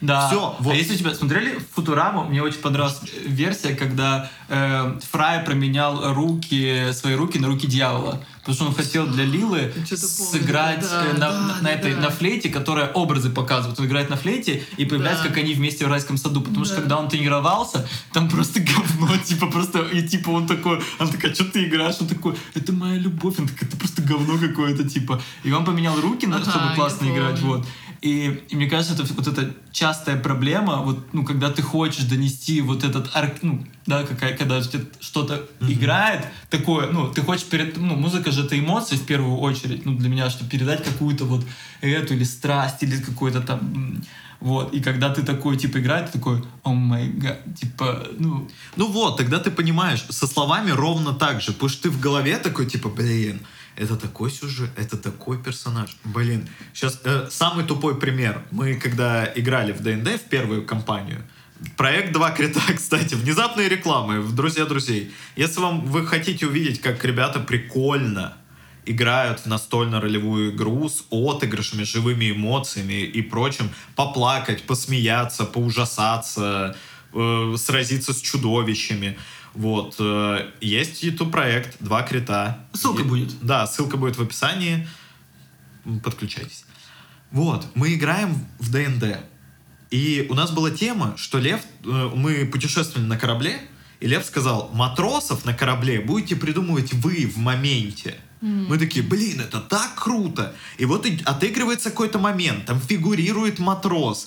Да. Все, вот. А если у тебя смотрели Футураму, мне очень понравилась версия, когда э, Фрай променял руки, свои руки на руки дьявола. Потому что он хотел для Лилы сыграть да, э, на, да, на, да, на этой да. на флейте, которая образы показывает. Он играет на флейте и появляется, Да. как они вместе в райском саду. Потому что Да. когда он тренировался, там просто говно, типа просто, и типа он такой, она такая, что ты играешь? Он такой, это моя любовь. Он такой, это просто говно какое-то, типа. И он поменял руки, на- Ага, чтобы классно я играть, помню. вот. И, и мне кажется, это вот эта частая проблема, вот, ну, когда ты хочешь донести вот этот арк, ну, да, какая, когда у тебя что-то Мгм. играет, такое, ну, ты хочешь перед, ну, музыка же это эмоции в первую очередь, ну, для меня, чтобы передать какую-то вот эту, или страсть, или какой-то там, м, вот, и когда ты такой, типа, играет, ты такой, о май гад, типа, ну, Ну вот, тогда ты понимаешь, со словами ровно так же, потому что ты в голове такой, типа, блин, это такой сюжет, это такой персонаж. Блин, сейчас э, самый тупой пример. Мы когда играли в ди энд ди в первую кампанию, проект «Два крита», кстати, внезапные рекламы в «Друзья друзей». Если вам вы хотите увидеть, как ребята прикольно играют в настольно-ролевую игру с отыгрышами, живыми эмоциями и прочим, поплакать, посмеяться, поужасаться, э, сразиться с чудовищами. Вот. э, Есть YouTube-проект «Два крита». Ссылка И- будет. Да, ссылка будет в описании. М, Подключайтесь. Вот. Мы играем в ди энд ди. И у нас была тема, что Лев... э, Мы путешествовали на корабле, и Лев сказал, матросов на корабле будете придумывать вы в моменте. Мы такие, блин, это так круто. И вот и отыгрывается какой-то момент, там фигурирует матрос.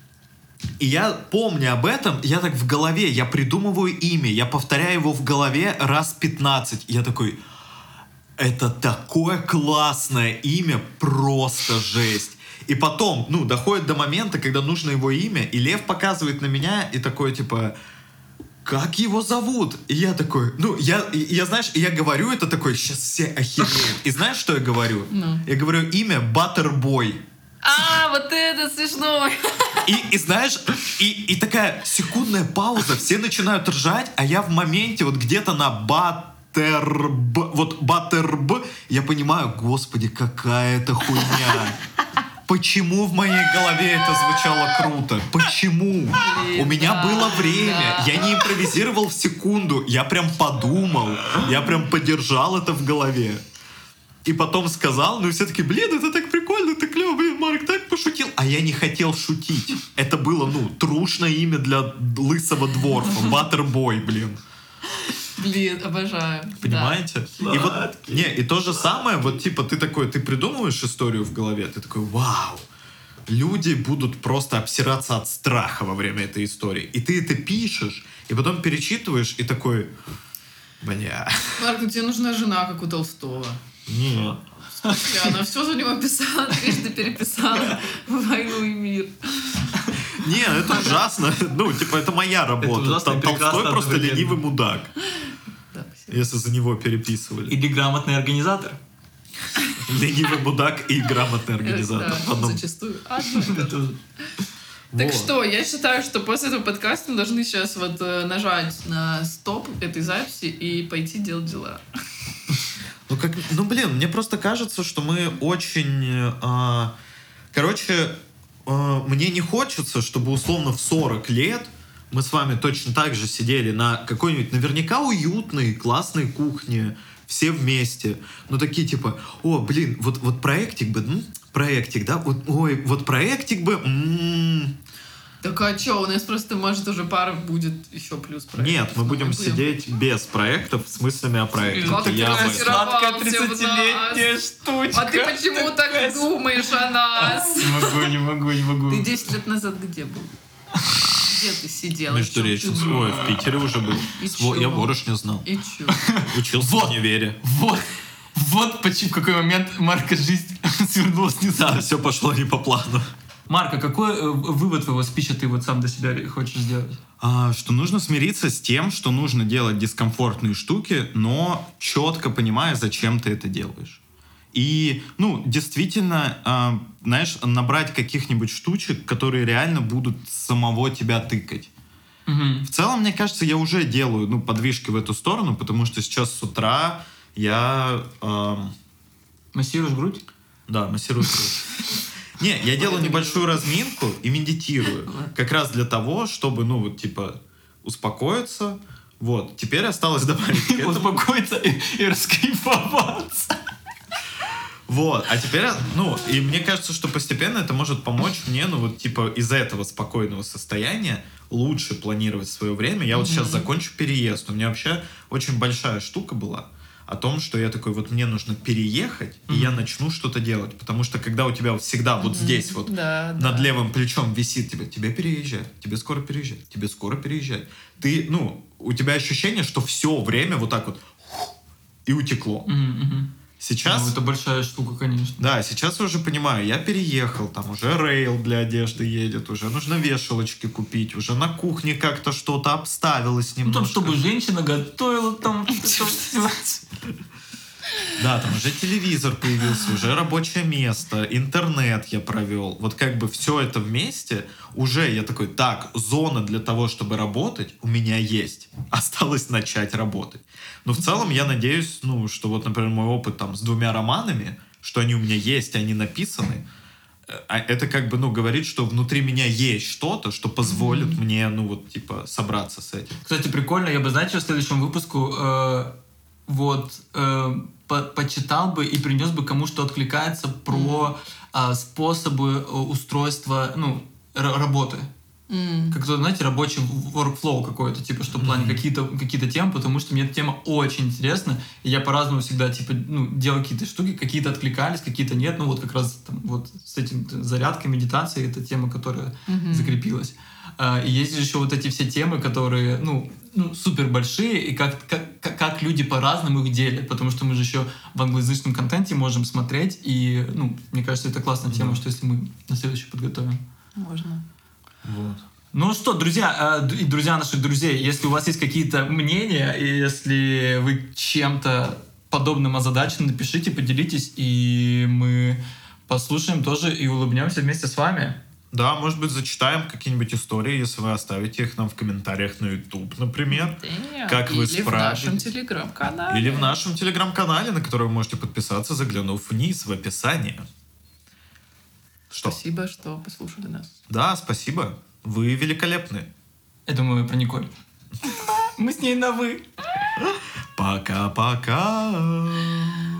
И я, помня об этом, я так в голове, я придумываю имя, я повторяю его в голове раз пятнадцать. И я такой, это такое классное имя, просто жесть. И потом, ну, доходит до момента, когда нужно его имя, и Лев показывает на меня и такой, типа, как его зовут? И я такой, ну, я, и я знаешь, и я говорю это такой, сейчас все охереют. И знаешь, что я говорю? Ну. Я говорю имя Баттербой. А, вот это смешно. И, и знаешь, и, и такая секундная пауза, все начинают ржать, а я в моменте вот где-то на Баттерб, вот Баттерб, я понимаю, господи, какая это хуйня. Почему в моей голове это звучало круто? Почему? Блин, У меня да, было время, да. я не импровизировал в секунду, я прям подумал, я прям подержал это в голове. И потом сказал, ну и все таки, блин, это так прикольно, так клево, блин, Марк так пошутил. А я не хотел шутить. Это было, ну, трушное имя для лысого дворфа. Баттербой, блин. Блин, обожаю. Понимаете? И вот, не, и то же самое, вот типа ты такой, ты придумываешь историю в голове, ты такой, вау, люди будут просто обсираться от страха во время этой истории. И ты это пишешь, и потом перечитываешь, и такой, бля, Да. Марк, ну тебе нужна жена, как у Толстого. нет. Она все за него писала, трижды переписала «Войну и мир». Не, это ужасно. Ну, типа, это моя работа. ужасно и Там Толстой прекрасно просто одновременно. ленивый мудак, Да, спасибо. если за него переписывали. или грамотный организатор. Ленивый мудак и грамотный организатор. Да, в одном. зачастую. Одно. Это Так Вот. что, я считаю, что после этого подкаста мы должны сейчас вот э, нажать на стоп этой записи и пойти делать дела. Ну, как, ну, блин, мне просто кажется, что мы очень... а, короче, а, мне не хочется, чтобы условно в сорок лет мы с вами точно так же сидели на какой-нибудь наверняка уютной, классной кухне, все вместе, но такие типа, о, блин, вот, вот проектик бы, м, проектик, да, вот, ой, вот проектик бы, м-м». Так а что, у нас просто, может, уже пара будет еще плюс проектов. Нет, мы Ну, будем сидеть без проектов с мыслями о проектах. Как ты Я бы- красиво. сладкая Сорвался в тридцатилетняя штучка. А ты почему так думаешь о нас? Не могу, не могу, не могу. Ты десять лет назад где был? Где ты сидел? Между О чём речью, ты думал? ой, в Питере уже был. И Сво- чё? Я ворож не знал. И чё? Учился Вот. в универе. Вот, вот почему, в какой момент Марка жизнь свернулась не Да, знаю. все пошло не по плану. Марка, какой э, вывод твоего спича ты вот сам для себя хочешь сделать? А, что нужно смириться с тем, что нужно делать дискомфортные штуки, но четко понимая, зачем ты это делаешь. И, ну, действительно, а, знаешь, набрать каких-нибудь штучек, которые реально будут самого тебя тыкать. Мгм. В целом, мне кажется, я уже делаю, ну, подвижки в эту сторону, потому что сейчас с утра я... ам, Массируешь грудь? Да, массирую грудь. Не, я делаю небольшую разминку и медитирую. Как раз для того, чтобы, ну, вот, типа, успокоиться. Вот. Теперь осталось добавить к этому. Успокоиться и, и раскайфоваться. Вот. А теперь, ну, и мне кажется, что постепенно это может помочь мне, ну, вот, типа, из этого спокойного состояния лучше планировать свое время. Я вот сейчас закончу переезд. У меня вообще очень большая штука была о том, что я такой, вот мне нужно переехать, и я начну что-то делать. Потому что когда у тебя всегда вот здесь вот Да, над да. левым плечом висит тебе, тебе переезжать, тебе скоро переезжать, тебе скоро переезжать. Ты, ну, у тебя ощущение, что все время вот так вот и утекло. Сейчас... Ну, это большая штука, конечно. Да, сейчас я уже понимаю, я переехал, там уже рейл для одежды едет, уже нужно вешалочки купить, уже на кухне как-то что-то обставилось Ну, немножко. там, чтобы женщина готовила, там... Да, там уже телевизор появился, уже рабочее место, интернет я провел. Вот как бы все это вместе, уже я такой, так, зона для того, чтобы работать, у меня есть. Осталось начать работать. Но в целом я надеюсь, ну, что вот, например, мой опыт там с двумя романами, что они у меня есть, они написаны, а это как бы, ну, говорит, что внутри меня есть что-то, что позволит mm-hmm. мне, ну, вот, типа, собраться с этим. Кстати, прикольно, я бы, знаете, в следующем выпуску э, вот э, по почитал бы и принес бы кому что откликается про э, способы устройства, ну, работы. Mm. Как-то, знаете, рабочий workflow какой-то, типа, что в плане mm-hmm. какие-то, какие-то темы, потому что мне эта тема очень интересна, и я по-разному всегда, типа, ну, делал какие-то штуки, какие-то откликались, какие-то нет, ну, вот как раз там, вот с этим зарядкой, медитацией, это тема, которая mm-hmm. закрепилась. А, и есть же еще вот эти все темы, которые, ну, ну супер большие, и как, как, как люди по-разному их делят, потому что мы же еще в англоязычном контенте можем смотреть, и, ну, мне кажется, это классная тема, mm-hmm. что если мы на следующий подготовим. Можно. Вот. Ну что, друзья, и друзья наших друзей, если у вас есть какие-то мнения, и если вы чем-то подобным озадачены, напишите, поделитесь, и мы послушаем тоже и улыбнемся вместе с вами. Да, может быть, зачитаем какие-нибудь истории, если вы оставите их нам в комментариях на YouTube, например. Да, как вы или справитесь. в нашем телеграм-канале. Или в нашем телеграм-канале, на который вы можете подписаться, заглянув вниз в описание. Что? Спасибо, что послушали нас. Да, спасибо. Вы великолепны. Это мы про Николь. Мы с ней на «вы». Пока-пока.